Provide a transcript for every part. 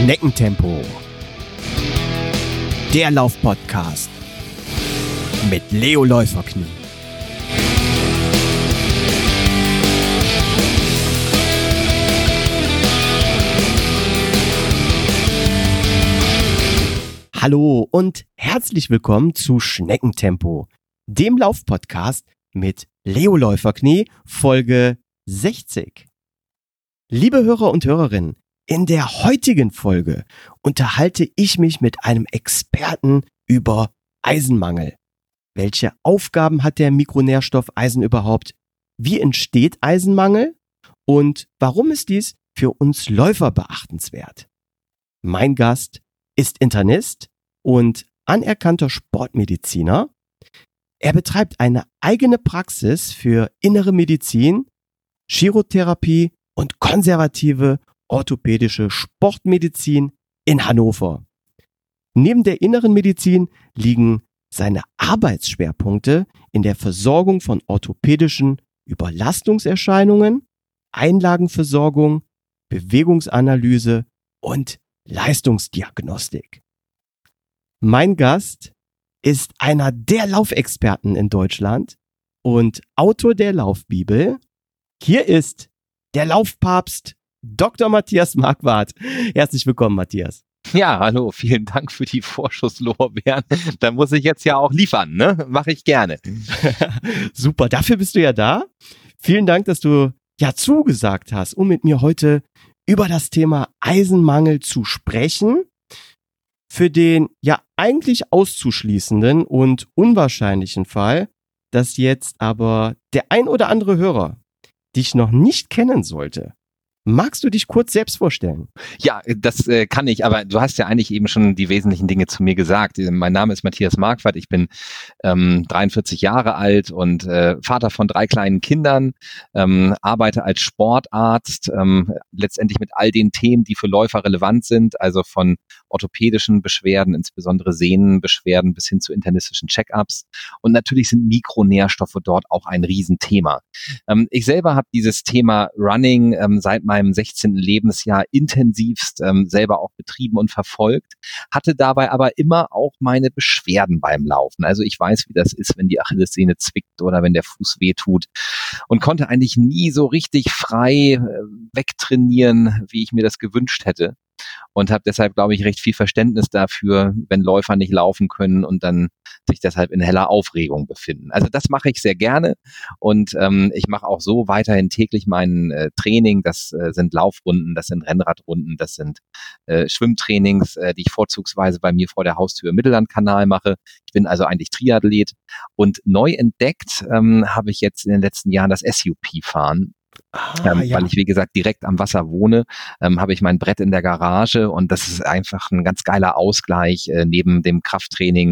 Schneckentempo. Der Laufpodcast mit Leo Läuferknie. Hallo und herzlich willkommen zu Schneckentempo, dem Laufpodcast mit Leo Läuferknie, Folge 60. Liebe Hörer und Hörerinnen, in der heutigen Folge unterhalte ich mich mit einem Experten über Eisenmangel. Welche Aufgaben hat der Mikronährstoff Eisen überhaupt? Wie entsteht Eisenmangel? Und warum ist dies für uns Läufer beachtenswert? Mein Gast ist Internist und anerkannter Sportmediziner. Er betreibt eine eigene Praxis für innere Medizin, Chirotherapie und konservative orthopädische Sportmedizin in Hannover. Neben der inneren Medizin liegen seine Arbeitsschwerpunkte in der Versorgung von orthopädischen Überlastungserscheinungen, Einlagenversorgung, Bewegungsanalyse und Leistungsdiagnostik. Mein Gast ist einer der Laufexperten in Deutschland und Autor der Laufbibel. Hier ist der Laufpapst Dr. Matthias Marquardt. Herzlich willkommen, Matthias. Ja, hallo, vielen Dank für die Vorschusslorbeeren. Da muss ich jetzt ja auch liefern, ne? Mache ich gerne. Super, dafür bist du ja da. Vielen Dank, dass du ja zugesagt hast, um mit mir heute über das Thema Eisenmangel zu sprechen. Für den ja eigentlich auszuschließenden und unwahrscheinlichen Fall, dass jetzt aber der ein oder andere Hörer dich noch nicht kennen sollte. Magst du dich kurz selbst vorstellen? Ja, das kann ich, aber du hast ja eigentlich eben schon die wesentlichen Dinge zu mir gesagt. Mein Name ist Matthias Marquardt, ich bin 43 Jahre alt und Vater von 3 kleinen Kindern, arbeite als Sportarzt, letztendlich mit all den Themen, die für Läufer relevant sind, also von orthopädischen Beschwerden, insbesondere Sehnenbeschwerden bis hin zu internistischen Check-ups. Und natürlich sind Mikronährstoffe dort auch ein Riesenthema. Ich selber habe dieses Thema Running seit meinem 16. Lebensjahr intensivst selber auch betrieben und verfolgt, hatte dabei aber immer auch meine Beschwerden beim Laufen. Also ich weiß, wie das ist, wenn die Achillessehne zwickt oder wenn der Fuß wehtut und konnte eigentlich nie so richtig frei wegtrainieren, wie ich mir das gewünscht hätte. Und habe deshalb, glaube ich, recht viel Verständnis dafür, wenn Läufer nicht laufen können und dann sich deshalb in heller Aufregung befinden. Also das mache ich sehr gerne und ich mache auch so weiterhin täglich mein Training. Das sind Laufrunden, das sind Rennradrunden, das sind Schwimmtrainings, die ich vorzugsweise bei mir vor der Haustür im Mittellandkanal mache. Ich bin also eigentlich Triathlet und neu entdeckt habe ich jetzt in den letzten Jahren das SUP-Fahren. Ja. Weil ich, wie gesagt, direkt am Wasser wohne, habe ich mein Brett in der Garage und das ist einfach ein ganz geiler Ausgleich neben dem Krafttraining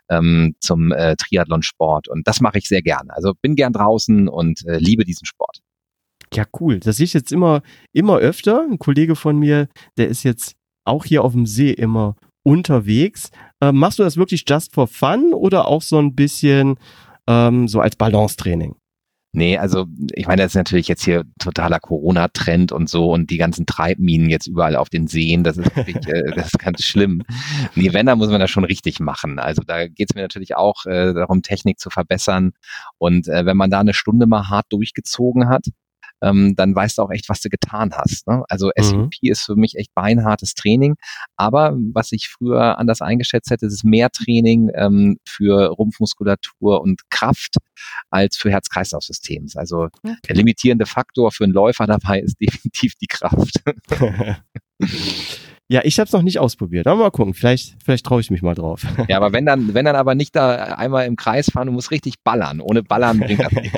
zum Triathlonsport und das mache ich sehr gerne. Also bin gern draußen und liebe diesen Sport. Ja, cool. Das sehe ich jetzt immer öfter. Ein Kollege von mir, der ist jetzt auch hier auf dem See immer unterwegs. Machst du das wirklich just for fun oder auch so ein bisschen so als Balancetraining? Nee, also ich meine, das ist natürlich jetzt hier totaler Corona-Trend und so und die ganzen Treibminen jetzt überall auf den Seen, das ist wirklich, das ist ganz schlimm. Nee, wenn, dann muss man das schon richtig machen. Also da geht es mir natürlich auch darum, Technik zu verbessern und wenn man da eine Stunde mal hart durchgezogen hat, dann weißt du auch echt, was du getan hast. Ne? Also SUP ist für mich echt beinhartes Training, aber was ich früher anders eingeschätzt hätte, ist mehr Training für Rumpfmuskulatur und Kraft als für Herz-Kreislauf-System. Also der limitierende Faktor für einen Läufer dabei ist definitiv die Kraft. Ja, ich habe es noch nicht ausprobiert. Aber mal gucken, vielleicht traue ich mich mal drauf. Ja, aber wenn dann aber nicht da einmal im Kreis fahren, du musst richtig ballern. Ohne Ballern bringt das nichts.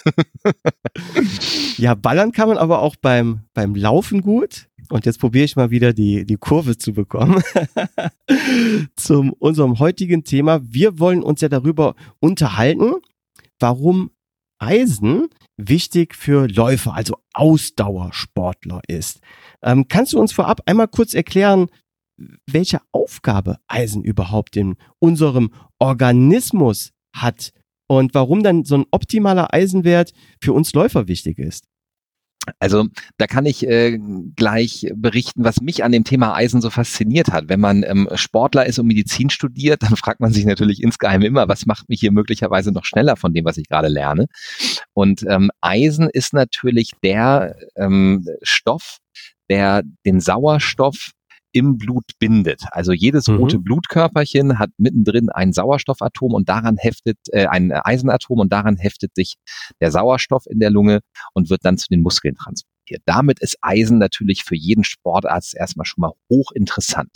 Ja, ballern kann man aber auch beim Laufen gut. Und jetzt probiere ich mal wieder die Kurve zu bekommen. Zu unserem heutigen Thema. Wir wollen uns ja darüber unterhalten, warum Eisen wichtig für Läufer, also Ausdauersportler ist. Kannst du uns vorab einmal kurz erklären, welche Aufgabe Eisen überhaupt in unserem Organismus hat und warum dann so ein optimaler Eisenwert für uns Läufer wichtig ist? Also da kann ich gleich berichten, was mich an dem Thema Eisen so fasziniert hat. Wenn man Sportler ist und Medizin studiert, dann fragt man sich natürlich insgeheim immer, was macht mich hier möglicherweise noch schneller von dem, was ich gerade lerne. Und Eisen ist natürlich der Stoff, der den Sauerstoff im Blut bindet. Also jedes rote Blutkörperchen hat mittendrin ein Sauerstoffatom und daran heftet ein Eisenatom und daran heftet sich der Sauerstoff in der Lunge und wird dann zu den Muskeln transportiert. Damit ist Eisen natürlich für jeden Sportarzt erstmal schon mal hochinteressant.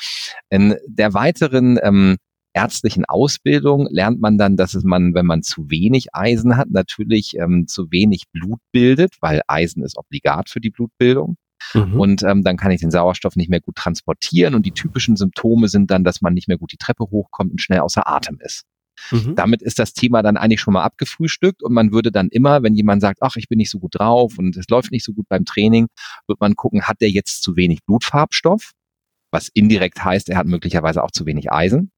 In der weiteren ärztlichen Ausbildung lernt man dann, dass man, wenn man zu wenig Eisen hat, natürlich zu wenig Blut bildet, weil Eisen ist obligat für die Blutbildung. Und dann kann ich den Sauerstoff nicht mehr gut transportieren und die typischen Symptome sind dann, dass man nicht mehr gut die Treppe hochkommt und schnell außer Atem ist. Damit ist das Thema dann eigentlich schon mal abgefrühstückt und man würde dann immer, wenn jemand sagt, ach, ich bin nicht so gut drauf und es läuft nicht so gut beim Training, wird man gucken, hat der jetzt zu wenig Blutfarbstoff, was indirekt heißt, er hat möglicherweise auch zu wenig Eisen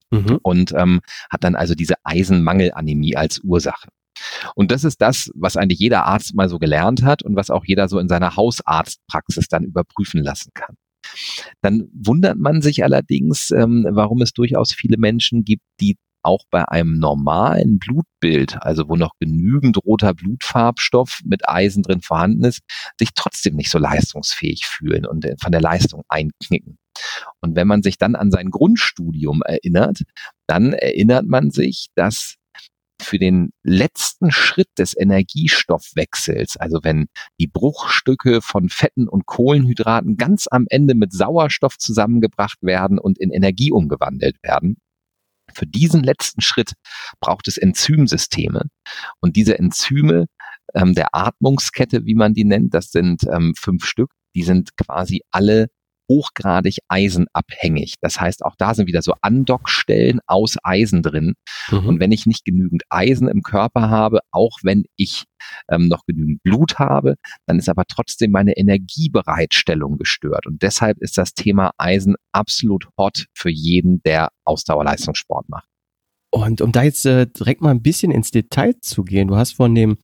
und hat dann also diese Eisenmangelanämie als Ursache. Und das ist das, was eigentlich jeder Arzt mal so gelernt hat und was auch jeder so in seiner Hausarztpraxis dann überprüfen lassen kann. Dann wundert man sich allerdings, warum es durchaus viele Menschen gibt, die auch bei einem normalen Blutbild, also wo noch genügend roter Blutfarbstoff mit Eisen drin vorhanden ist, sich trotzdem nicht so leistungsfähig fühlen und von der Leistung einknicken. Und wenn man sich dann an sein Grundstudium erinnert, dann erinnert man sich, dass für den letzten Schritt des Energiestoffwechsels, also wenn die Bruchstücke von Fetten und Kohlenhydraten ganz am Ende mit Sauerstoff zusammengebracht werden und in Energie umgewandelt werden, für diesen letzten Schritt braucht es Enzymsysteme. Und diese Enzyme der Atmungskette, wie man die nennt, das sind 5 Stück, die sind quasi alle hochgradig eisenabhängig. Das heißt, auch da sind wieder so Andockstellen aus Eisen drin. Und wenn ich nicht genügend Eisen im Körper habe, auch wenn ich noch genügend Blut habe, dann ist aber trotzdem meine Energiebereitstellung gestört. Und deshalb ist das Thema Eisen absolut hot für jeden, der Ausdauerleistungssport macht. Und um da jetzt direkt mal ein bisschen ins Detail zu gehen, du hast von dem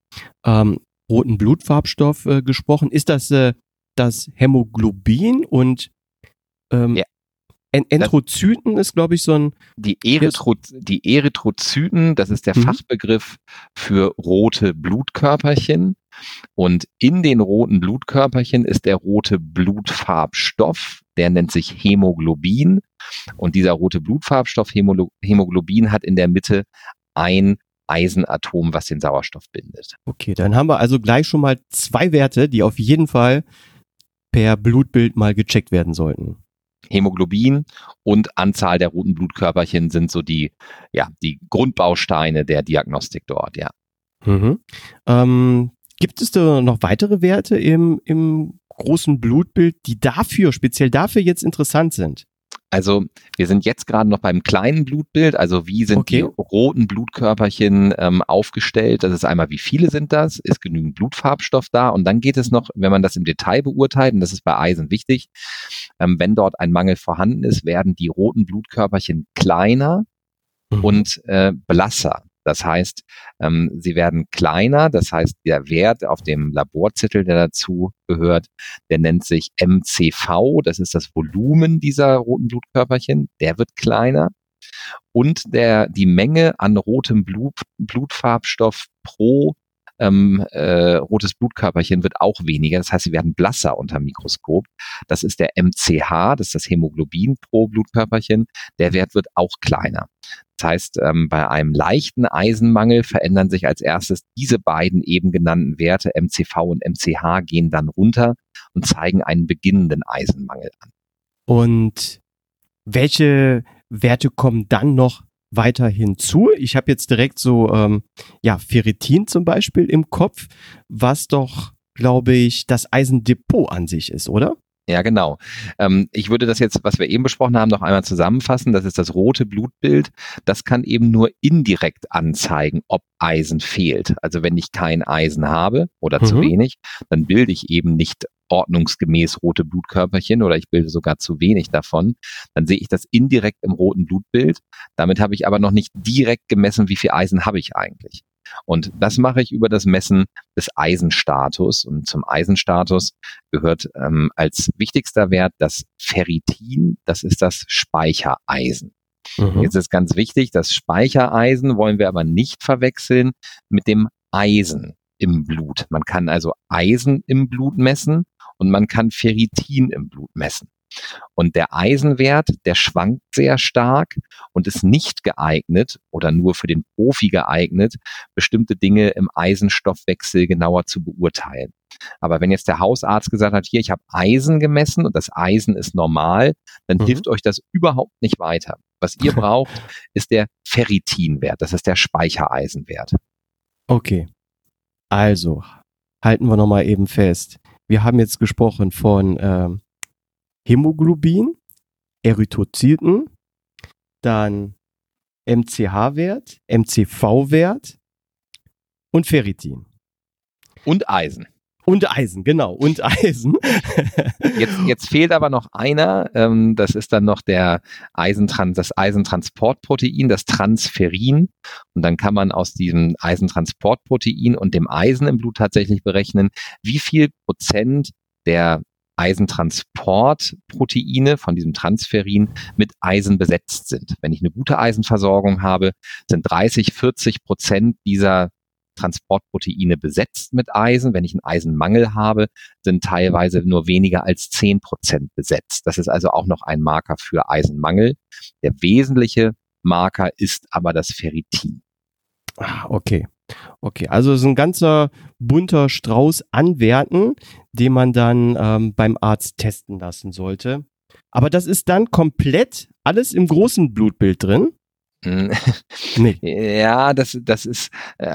roten Blutfarbstoff gesprochen. Ist das das Hämoglobin und Ja. Erythrozyten ist, glaube ich, so ein... Die Erythrozyten, das ist der Fachbegriff für rote Blutkörperchen. Und in den roten Blutkörperchen ist der rote Blutfarbstoff, der nennt sich Hämoglobin. Und dieser rote Blutfarbstoff, Hämoglobin, hat in der Mitte ein Eisenatom, was den Sauerstoff bindet. Okay, dann haben wir also gleich schon mal 2 Werte, die auf jeden Fall per Blutbild mal gecheckt werden sollten. Hämoglobin und Anzahl der roten Blutkörperchen sind so die Grundbausteine der Diagnostik dort, ja. Gibt es da noch weitere Werte im großen Blutbild, die speziell dafür jetzt interessant sind? Also wir sind jetzt gerade noch beim kleinen Blutbild, also wie sind die roten Blutkörperchen aufgestellt. Das ist einmal, wie viele sind das, ist genügend Blutfarbstoff da und dann geht es noch, wenn man das im Detail beurteilt, und das ist bei Eisen wichtig, wenn dort ein Mangel vorhanden ist, werden die roten Blutkörperchen kleiner und blasser. Das heißt, sie werden kleiner, das heißt, der Wert auf dem Laborzettel, der dazu gehört, der nennt sich MCV, das ist das Volumen dieser roten Blutkörperchen, der wird kleiner und die Menge an rotem Blutfarbstoff pro rotes Blutkörperchen wird auch weniger, das heißt, sie werden blasser unter dem Mikroskop. Das ist der MCH, das ist das Hämoglobin pro Blutkörperchen, der Wert wird auch kleiner. Das heißt, bei einem leichten Eisenmangel verändern sich als erstes diese beiden eben genannten Werte, MCV und MCH, gehen dann runter und zeigen einen beginnenden Eisenmangel an. Und welche Werte kommen dann noch weiter hinzu? Ich habe jetzt direkt so Ferritin zum Beispiel im Kopf, was doch, glaube ich, das Eisendepot an sich ist, oder? Ja, genau. Ich würde das jetzt, was wir eben besprochen haben, noch einmal zusammenfassen. Das ist das rote Blutbild. Das kann eben nur indirekt anzeigen, ob Eisen fehlt. Also wenn ich kein Eisen habe oder zu wenig, dann bilde ich eben nicht ordnungsgemäß rote Blutkörperchen oder ich bilde sogar zu wenig davon. Dann sehe ich das indirekt im roten Blutbild. Damit habe ich aber noch nicht direkt gemessen, wie viel Eisen habe ich eigentlich. Und das mache ich über das Messen des Eisenstatus. Und zum Eisenstatus gehört als wichtigster Wert das Ferritin, das ist das Speichereisen. Jetzt ist ganz wichtig, das Speichereisen wollen wir aber nicht verwechseln mit dem Eisen im Blut. Man kann also Eisen im Blut messen und man kann Ferritin im Blut messen. Und der Eisenwert, der schwankt sehr stark und ist nicht geeignet oder nur für den Profi geeignet, bestimmte Dinge im Eisenstoffwechsel genauer zu beurteilen. Aber wenn jetzt der Hausarzt gesagt hat, hier, ich habe Eisen gemessen und das Eisen ist normal, dann hilft euch das überhaupt nicht weiter. Was ihr braucht, ist der Ferritinwert, das ist der Speichereisenwert. Okay, also halten wir nochmal eben fest. Wir haben jetzt gesprochen von Hämoglobin, Erythrozyten, dann MCH-Wert, MCV-Wert und Ferritin. Und Eisen. Und Eisen, genau, und Eisen. Jetzt fehlt aber noch einer, das ist dann noch das Eisentransportprotein, das Transferin. Und dann kann man aus diesem Eisentransportprotein und dem Eisen im Blut tatsächlich berechnen, wie viel Prozent der Eisentransportproteine von diesem Transferin mit Eisen besetzt sind. Wenn ich eine gute Eisenversorgung habe, sind 30-40% dieser Transportproteine besetzt mit Eisen. Wenn ich einen Eisenmangel habe, sind teilweise nur weniger als 10% besetzt. Das ist also auch noch ein Marker für Eisenmangel. Der wesentliche Marker ist aber das Ferritin. Okay. Okay, also es ist ein ganzer bunter Strauß an Werten, den man dann beim Arzt testen lassen sollte. Aber das ist dann komplett alles im großen Blutbild drin? Nee. Ja, das ist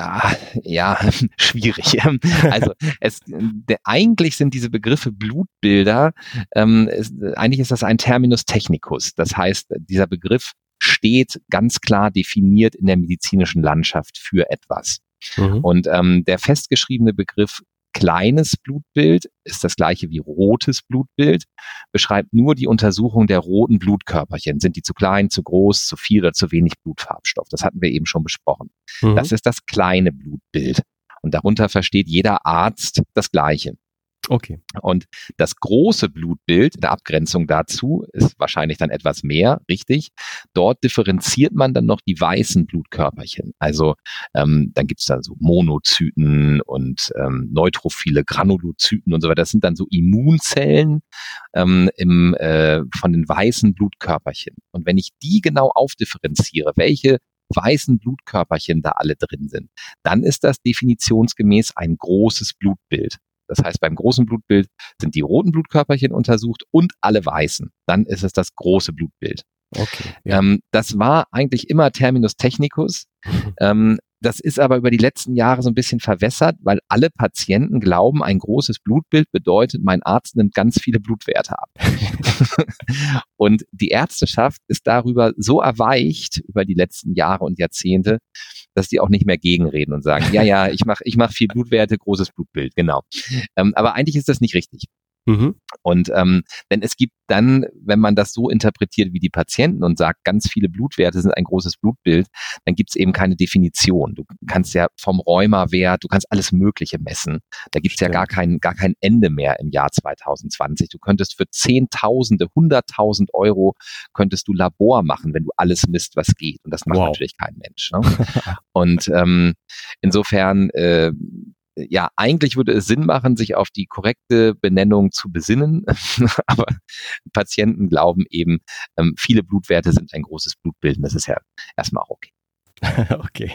schwierig. Also eigentlich sind diese Begriffe Blutbilder, eigentlich ist das ein Terminus technicus. Das heißt, dieser Begriff steht ganz klar definiert in der medizinischen Landschaft für etwas. Und der festgeschriebene Begriff kleines Blutbild ist das gleiche wie rotes Blutbild, beschreibt nur die Untersuchung der roten Blutkörperchen. Sind die zu klein, zu groß, zu viel oder zu wenig Blutfarbstoff? Das hatten wir eben schon besprochen. Das ist das kleine Blutbild. Und darunter versteht jeder Arzt das Gleiche. Okay. Und das große Blutbild, in der Abgrenzung dazu, ist wahrscheinlich dann etwas mehr, richtig. Dort differenziert man dann noch die weißen Blutkörperchen. Also dann gibt es dann so Monozyten und neutrophile Granulozyten und so weiter. Das sind dann so Immunzellen von den weißen Blutkörperchen. Und wenn ich die genau aufdifferenziere, welche weißen Blutkörperchen da alle drin sind, dann ist das definitionsgemäß ein großes Blutbild. Das heißt, beim großen Blutbild sind die roten Blutkörperchen untersucht und alle weißen. Dann ist es das große Blutbild. Okay, ja. Das war eigentlich immer Terminus technicus. Das ist aber über die letzten Jahre so ein bisschen verwässert, weil alle Patienten glauben, ein großes Blutbild bedeutet, mein Arzt nimmt ganz viele Blutwerte ab. Und die Ärzteschaft ist darüber so erweicht über die letzten Jahre und Jahrzehnte, dass die auch nicht mehr gegenreden und sagen, ja, ich mach viel Blutwerte, großes Blutbild, genau. Aber eigentlich ist das nicht richtig. Und denn es gibt dann, wenn man das so interpretiert wie die Patienten und sagt, ganz viele Blutwerte sind ein großes Blutbild, dann gibt es eben keine Definition. Du kannst ja vom Rheumawert, du kannst alles Mögliche messen. Da gibt es ja gar kein Ende mehr im Jahr 2020. Du könntest für Zehntausende, 100.000 Euro könntest du Labor machen, wenn du alles misst, was geht. Und das macht natürlich kein Mensch. Ne? Und insofern ja, eigentlich würde es Sinn machen, sich auf die korrekte Benennung zu besinnen, aber Patienten glauben eben, viele Blutwerte sind ein großes Blutbild und das ist ja erstmal auch okay. Okay.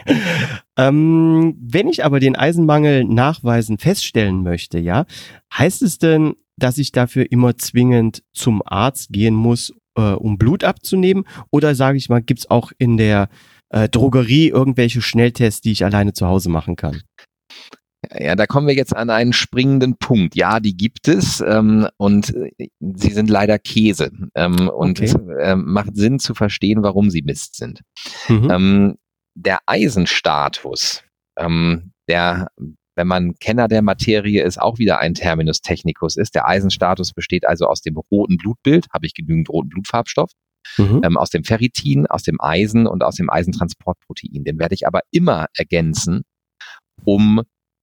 Wenn ich aber den Eisenmangel nachweisen feststellen möchte, ja, heißt es denn, dass ich dafür immer zwingend zum Arzt gehen muss, um Blut abzunehmen? Oder sage ich mal, gibt es auch in der Drogerie irgendwelche Schnelltests, die ich alleine zu Hause machen kann? Ja, da kommen wir jetzt an einen springenden Punkt. Ja, die gibt es und sie sind leider Käse. Und es macht Sinn zu verstehen, warum sie Mist sind. Der Eisenstatus, der, wenn man Kenner der Materie ist, auch wieder ein Terminus technicus ist. Der Eisenstatus besteht also aus dem roten Blutbild, habe ich genügend roten Blutfarbstoff, aus dem Ferritin, aus dem Eisen und aus dem Eisentransportprotein. Den werde ich aber immer ergänzen um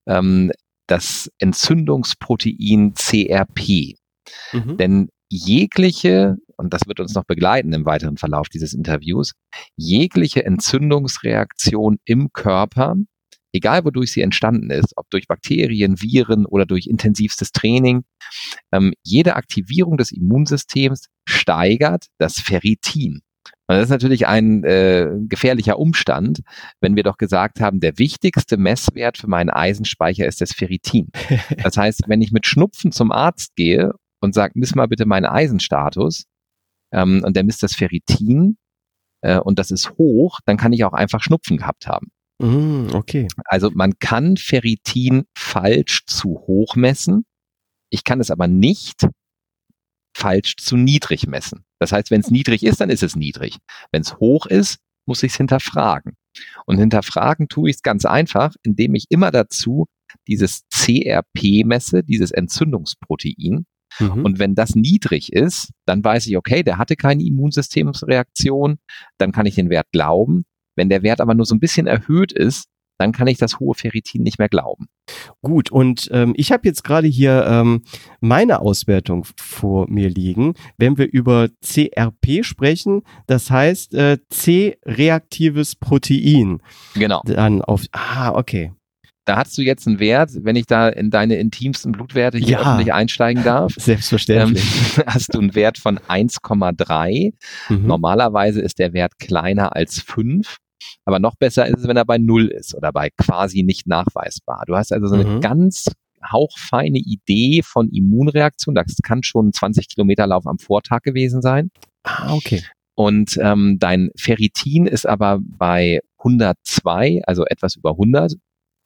das Entzündungsprotein CRP. Denn jegliche, und das wird uns noch begleiten im weiteren Verlauf dieses Interviews, jegliche Entzündungsreaktion im Körper, egal wodurch sie entstanden ist, ob durch Bakterien, Viren oder durch intensivstes Training, jede Aktivierung des Immunsystems steigert das Ferritin. Und das ist natürlich ein gefährlicher Umstand, wenn wir doch gesagt haben, der wichtigste Messwert für meinen Eisenspeicher ist das Ferritin. Das heißt, wenn ich mit Schnupfen zum Arzt gehe und sage, miss mal bitte meinen Eisenstatus, und der misst das Ferritin und das ist hoch, dann kann ich auch einfach Schnupfen gehabt haben. Okay. Also man kann Ferritin falsch zu hoch messen. Ich kann es aber nicht falsch zu niedrig messen. Das heißt, wenn es niedrig ist, dann ist es niedrig. Wenn es hoch ist, muss ich es hinterfragen. Und hinterfragen tue ich es ganz einfach, indem ich immer dazu dieses CRP messe, dieses Entzündungsprotein. Und wenn das niedrig ist, dann weiß ich, okay, der hatte keine Immunsystemsreaktion, dann kann ich den Wert glauben. Wenn der Wert aber nur so ein bisschen erhöht ist, dann kann ich das hohe Ferritin nicht mehr glauben. Gut, und ich habe jetzt gerade hier meine Auswertung vor mir liegen. Wenn wir über CRP sprechen, das heißt C-reaktives Protein. Genau. Dann okay. Da hast du jetzt einen Wert, wenn ich da in deine intimsten Blutwerte hier öffentlich einsteigen darf. Selbstverständlich. Hast du einen Wert von 1,3. Normalerweise ist der Wert kleiner als 5. Aber noch besser ist es, wenn er bei 0 ist oder bei quasi nicht nachweisbar. Du hast also so eine ganz hauchfeine Idee von Immunreaktion. Das kann schon ein 20-Kilometer-Lauf am Vortag gewesen sein. Okay. Und dein Ferritin ist aber bei 102, also etwas über 100.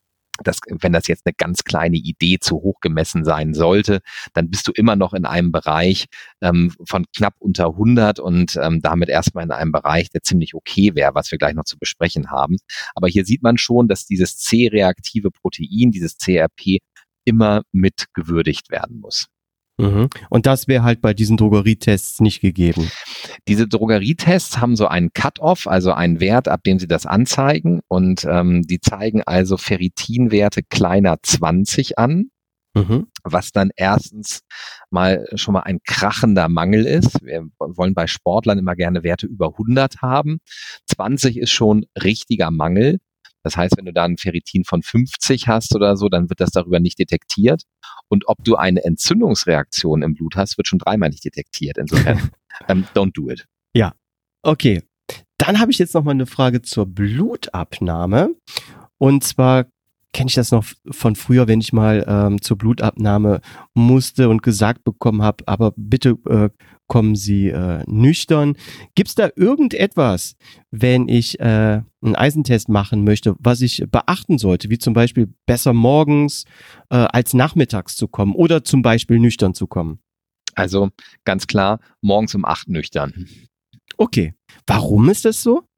Wenn das jetzt eine ganz kleine Idee zu hoch gemessen sein sollte, dann bist du immer noch in einem Bereich von knapp unter 100 und damit erstmal in einem Bereich, der ziemlich okay wäre, was wir gleich noch zu besprechen haben. Aber hier sieht man schon, dass dieses C-reaktive Protein, dieses CRP, immer mit gewürdigt werden muss. Und das wäre halt bei diesen Drogerietests nicht gegeben. Diese Drogerietests haben so einen Cut-off, also einen Wert, ab dem sie das anzeigen. Und die zeigen also Ferritinwerte kleiner 20 an, was dann erstens schon mal ein krachender Mangel ist. Wir wollen bei Sportlern immer gerne Werte über 100 haben. 20 ist schon richtiger Mangel. Das heißt, wenn du da ein Ferritin von 50 hast oder so, dann wird das darüber nicht detektiert. Und ob du eine Entzündungsreaktion im Blut hast, wird schon dreimal nicht detektiert. Insofern, don't do it. Ja, okay. Dann habe ich jetzt noch mal eine Frage zur Blutabnahme. Und zwar kenne ich das noch von früher, wenn ich mal zur Blutabnahme musste und gesagt bekommen habe, aber bitte kommen Sie nüchtern. Gibt es da irgendetwas, wenn ich einen Eisentest machen möchte, was ich beachten sollte, wie zum Beispiel besser morgens als nachmittags zu kommen oder zum Beispiel nüchtern zu kommen? Also ganz klar, morgens um 8 nüchtern. Okay. Warum ist das so?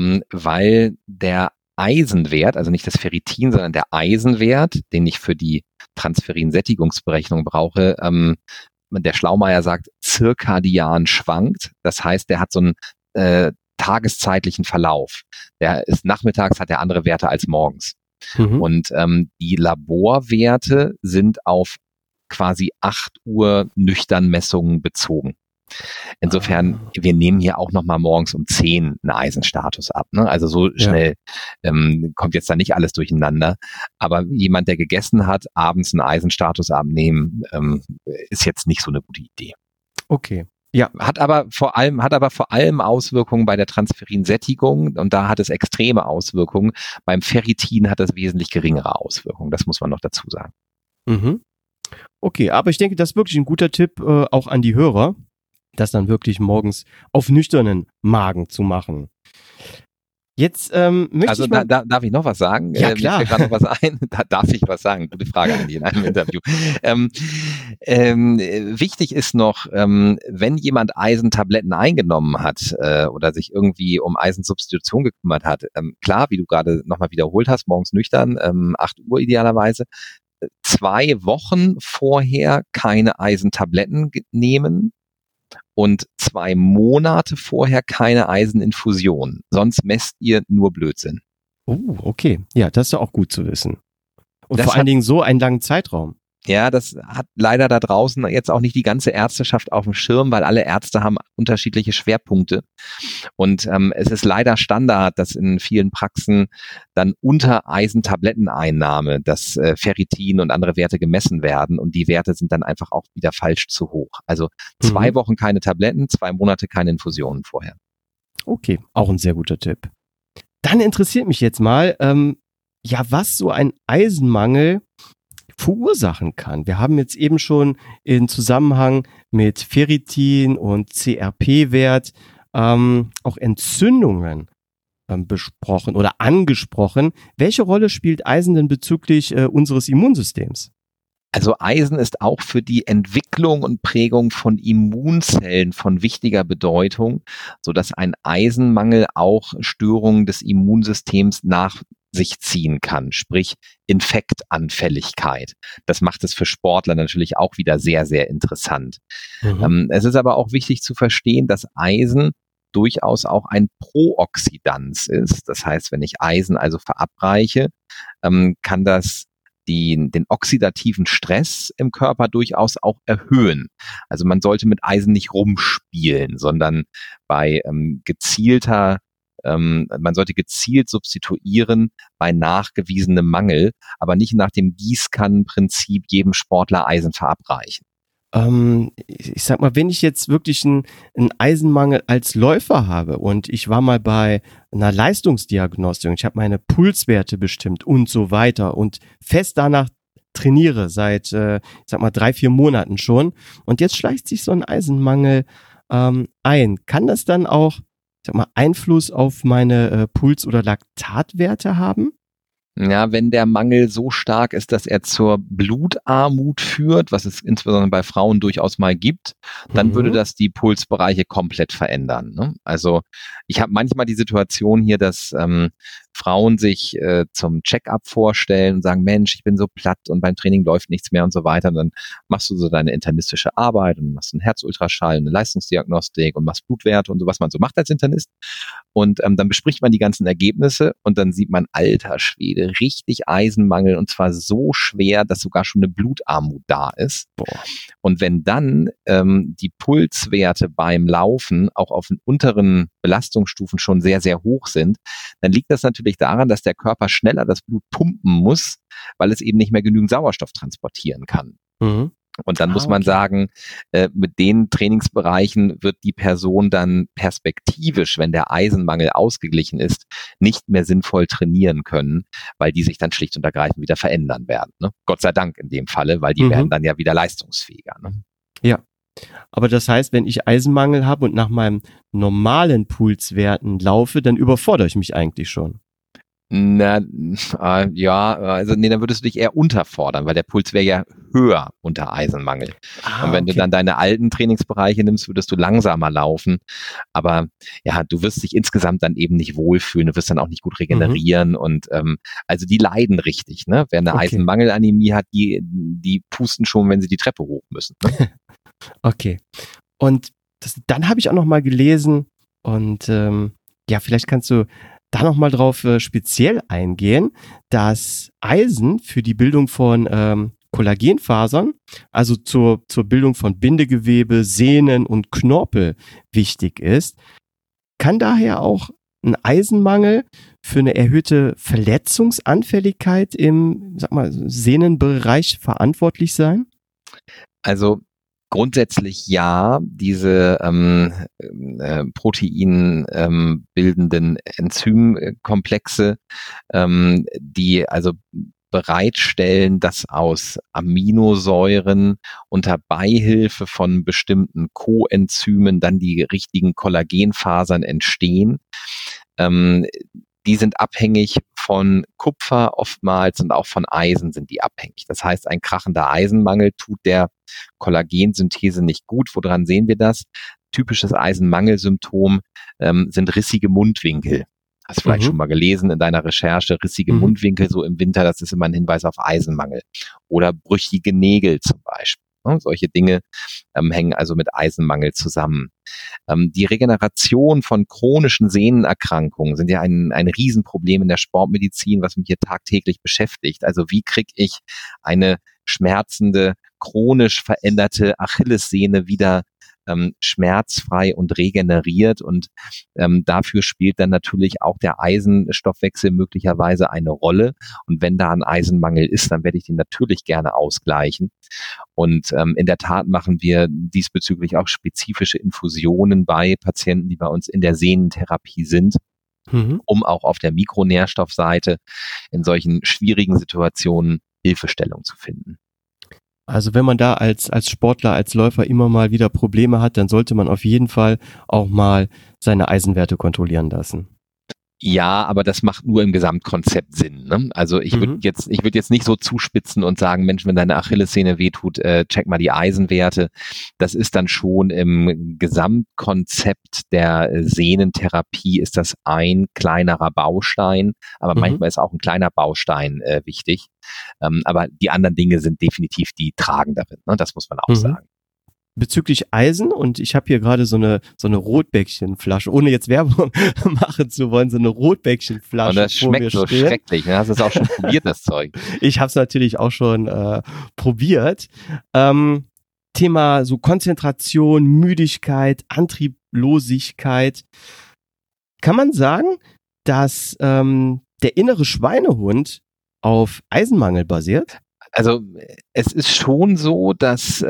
Weil der Eisenwert, also nicht das Ferritin, sondern der Eisenwert, den ich für die Transferinsättigungsberechnung brauche, der Schlaumeier sagt, zirkadian schwankt. Das heißt, der hat so einen tageszeitlichen Verlauf. Der ist nachmittags, hat er andere Werte als morgens. Und die Laborwerte sind auf quasi 8 Uhr Nüchternmessungen bezogen. Insofern, wir nehmen hier auch nochmal morgens um 10 einen Eisenstatus ab. Ne? Also so schnell kommt jetzt da nicht alles durcheinander. Aber jemand, der gegessen hat, abends einen Eisenstatus abnehmen, ist jetzt nicht so eine gute Idee. Okay. Ja. Hat aber vor allem Auswirkungen bei der Transferinsättigung und da hat es extreme Auswirkungen. Beim Ferritin hat es wesentlich geringere Auswirkungen. Das muss man noch dazu sagen. Okay, aber ich denke, das ist wirklich ein guter Tipp auch an die Hörer, das dann wirklich morgens auf nüchternen Magen zu machen. Jetzt möchte ich mal... darf ich noch was sagen? Ja, klar. Mir fällt gerade noch was ein. Darf ich was sagen? Gute Frage eigentlich in einem Interview. Wichtig ist noch, wenn jemand Eisentabletten eingenommen hat oder sich irgendwie um Eisensubstitution gekümmert hat, klar, wie du gerade nochmal wiederholt hast, morgens nüchtern, 8 Uhr idealerweise, 2 Wochen vorher keine Eisentabletten nehmen und 2 Monate vorher keine Eiseninfusion. Sonst messt ihr nur Blödsinn. Oh, okay. Ja, das ist ja auch gut zu wissen. Und vor allen Dingen so einen langen Zeitraum. Ja, das hat leider da draußen jetzt auch nicht die ganze Ärzteschaft auf dem Schirm, weil alle Ärzte haben unterschiedliche Schwerpunkte. Und es ist leider Standard, dass in vielen Praxen dann unter Eisentabletteneinnahme das Ferritin und andere Werte gemessen werden. Und die Werte sind dann einfach auch wieder falsch zu hoch. Also 2 Wochen keine Tabletten, 2 Monate keine Infusionen vorher. Okay, auch ein sehr guter Tipp. Dann interessiert mich jetzt mal, was so ein Eisenmangel verursachen kann. Wir haben jetzt eben schon in Zusammenhang mit Ferritin und CRP-Wert auch Entzündungen besprochen oder angesprochen. Welche Rolle spielt Eisen denn bezüglich unseres Immunsystems? Also Eisen ist auch für die Entwicklung und Prägung von Immunzellen von wichtiger Bedeutung, so dass ein Eisenmangel auch Störungen des Immunsystems nach sich ziehen kann, sprich Infektanfälligkeit. Das macht es für Sportler natürlich auch wieder sehr, sehr interessant. Es ist aber auch wichtig zu verstehen, dass Eisen durchaus auch ein Prooxidans ist. Das heißt, wenn ich Eisen also verabreiche, kann das den oxidativen Stress im Körper durchaus auch erhöhen. Also man sollte mit Eisen nicht rumspielen, sondern bei man sollte gezielt substituieren bei nachgewiesenem Mangel, aber nicht nach dem Gießkannenprinzip jedem Sportler Eisen verabreichen. Ich sag mal, wenn ich jetzt wirklich einen Eisenmangel als Läufer habe und ich war mal bei einer Leistungsdiagnostik, ich habe meine Pulswerte bestimmt und so weiter und fest danach trainiere seit, 3-4 Monaten schon und jetzt schleicht sich so ein Eisenmangel ein. Kann das dann auch Einfluss auf meine Puls- oder Laktatwerte haben? Ja, wenn der Mangel so stark ist, dass er zur Blutarmut führt, was es insbesondere bei Frauen durchaus mal gibt, dann würde das die Pulsbereiche komplett verändern, ne? Also ich habe manchmal die Situation hier, dass Frauen sich zum Check-up vorstellen und sagen, Mensch, ich bin so platt und beim Training läuft nichts mehr und so weiter. Und dann machst du so deine internistische Arbeit und machst einen Herzultraschall, eine Leistungsdiagnostik und machst Blutwerte und so, was man so macht als Internist. Und dann bespricht man die ganzen Ergebnisse und dann sieht man, alter Schwede, richtig Eisenmangel und zwar so schwer, dass sogar schon eine Blutarmut da ist. Boah. Und wenn dann die Pulswerte beim Laufen auch auf den unteren Belastungsstufen schon sehr, sehr hoch sind, dann liegt das natürlich daran, dass der Körper schneller das Blut pumpen muss, weil es eben nicht mehr genügend Sauerstoff transportieren kann. Und dann muss man sagen, mit den Trainingsbereichen wird die Person dann perspektivisch, wenn der Eisenmangel ausgeglichen ist, nicht mehr sinnvoll trainieren können, weil die sich dann schlicht und ergreifend wieder verändern werden. Ne? Gott sei Dank in dem Falle, weil die werden dann ja wieder leistungsfähiger. Ne? Ja. Aber das heißt, wenn ich Eisenmangel habe und nach meinem normalen Pulswerten laufe, dann überfordere ich mich eigentlich schon. Na, dann würdest du dich eher unterfordern, weil der Puls wäre ja höher unter Eisenmangel. Und wenn du dann deine alten Trainingsbereiche nimmst, würdest du langsamer laufen. Aber ja, du wirst dich insgesamt dann eben nicht wohlfühlen, du wirst dann auch nicht gut regenerieren und also die leiden richtig, ne? Wer eine Eisenmangelanämie hat, die pusten schon, wenn sie die Treppe hoch müssen. Ne? Okay. Und dann habe ich auch noch mal gelesen und vielleicht kannst du da nochmal drauf speziell eingehen, dass Eisen für die Bildung von Kollagenfasern, also zur Bildung von Bindegewebe, Sehnen und Knorpel wichtig ist. Kann daher auch ein Eisenmangel für eine erhöhte Verletzungsanfälligkeit im, Sehnenbereich verantwortlich sein? Also grundsätzlich ja, diese Protein bildenden Enzymkomplexe, die also bereitstellen, dass aus Aminosäuren unter Beihilfe von bestimmten Coenzymen dann die richtigen Kollagenfasern entstehen. Die sind abhängig von Kupfer oftmals und auch von Eisen sind die abhängig. Das heißt, ein krachender Eisenmangel tut der Kollagensynthese nicht gut. Woran sehen wir das? Typisches Eisenmangelsymptom sind rissige Mundwinkel. Hast du vielleicht schon mal gelesen in deiner Recherche, rissige Mundwinkel so im Winter, das ist immer ein Hinweis auf Eisenmangel. Oder brüchige Nägel zum Beispiel. Ne? Solche Dinge hängen also mit Eisenmangel zusammen. Die Regeneration von chronischen Sehnenerkrankungen sind ja ein Riesenproblem in der Sportmedizin, was mich hier tagtäglich beschäftigt. Also wie kriege ich eine schmerzende, chronisch veränderte Achillessehne wieder schmerzfrei und regeneriert, und dafür spielt dann natürlich auch der Eisenstoffwechsel möglicherweise eine Rolle, und wenn da ein Eisenmangel ist, dann werde ich den natürlich gerne ausgleichen, und in der Tat machen wir diesbezüglich auch spezifische Infusionen bei Patienten, die bei uns in der Sehnentherapie sind, um auch auf der Mikronährstoffseite in solchen schwierigen Situationen Hilfestellung zu finden. Also wenn man da als Sportler, als Läufer immer mal wieder Probleme hat, dann sollte man auf jeden Fall auch mal seine Eisenwerte kontrollieren lassen. Ja, aber das macht nur im Gesamtkonzept Sinn. Ne? Also ich würde jetzt nicht so zuspitzen und sagen, Mensch, wenn deine Achillessehne wehtut, check mal die Eisenwerte. Das ist dann schon im Gesamtkonzept der Sehnentherapie ist das ein kleinerer Baustein, aber manchmal ist auch ein kleiner Baustein wichtig. Aber die anderen Dinge sind definitiv die tragenderen. Ne? Das muss man auch sagen. Bezüglich Eisen, und ich habe hier gerade so eine Rotbäckchenflasche, ohne jetzt Werbung machen zu wollen, so eine Rotbäckchenflasche. Und das schmeckt so schrecklich, ne? Hast du es auch schon probiert, das Zeug? Ich habe es natürlich auch schon probiert. Thema so Konzentration, Müdigkeit, Antrieblosigkeit. Kann man sagen, dass der innere Schweinehund auf Eisenmangel basiert? Also es ist schon so, dass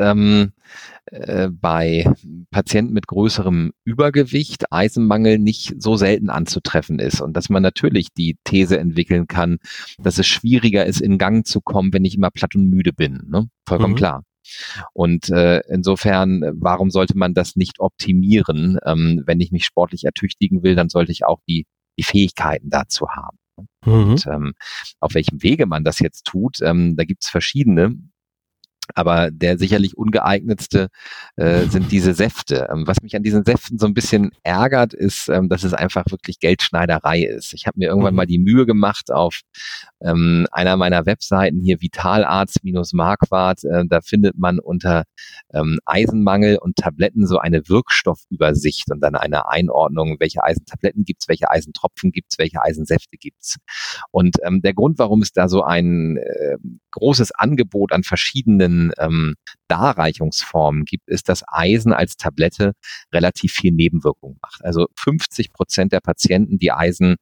bei Patienten mit größerem Übergewicht Eisenmangel nicht so selten anzutreffen ist und dass man natürlich die These entwickeln kann, dass es schwieriger ist, in Gang zu kommen, wenn ich immer platt und müde bin. Ne? Vollkommen klar. Und insofern, warum sollte man das nicht optimieren? Wenn ich mich sportlich ertüchtigen will, dann sollte ich auch die Fähigkeiten dazu haben. Und auf welchem Wege man das jetzt tut, da gibt es verschiedene. Aber der sicherlich ungeeignetste sind diese Säfte. Was mich an diesen Säften so ein bisschen ärgert, ist, dass es einfach wirklich Geldschneiderei ist. Ich habe mir irgendwann mal die Mühe gemacht, auf einer meiner Webseiten hier Vitalarzt-Marquardt, da findet man unter Eisenmangel und Tabletten so eine Wirkstoffübersicht und dann eine Einordnung, welche Eisentabletten gibt's, welche Eisentropfen gibt's, welche Eisensäfte gibt's. Und der Grund, warum es da so ein großes Angebot an verschiedenen Darreichungsformen gibt, ist, dass Eisen als Tablette relativ viel Nebenwirkungen macht. Also 50% der Patienten, die Eisen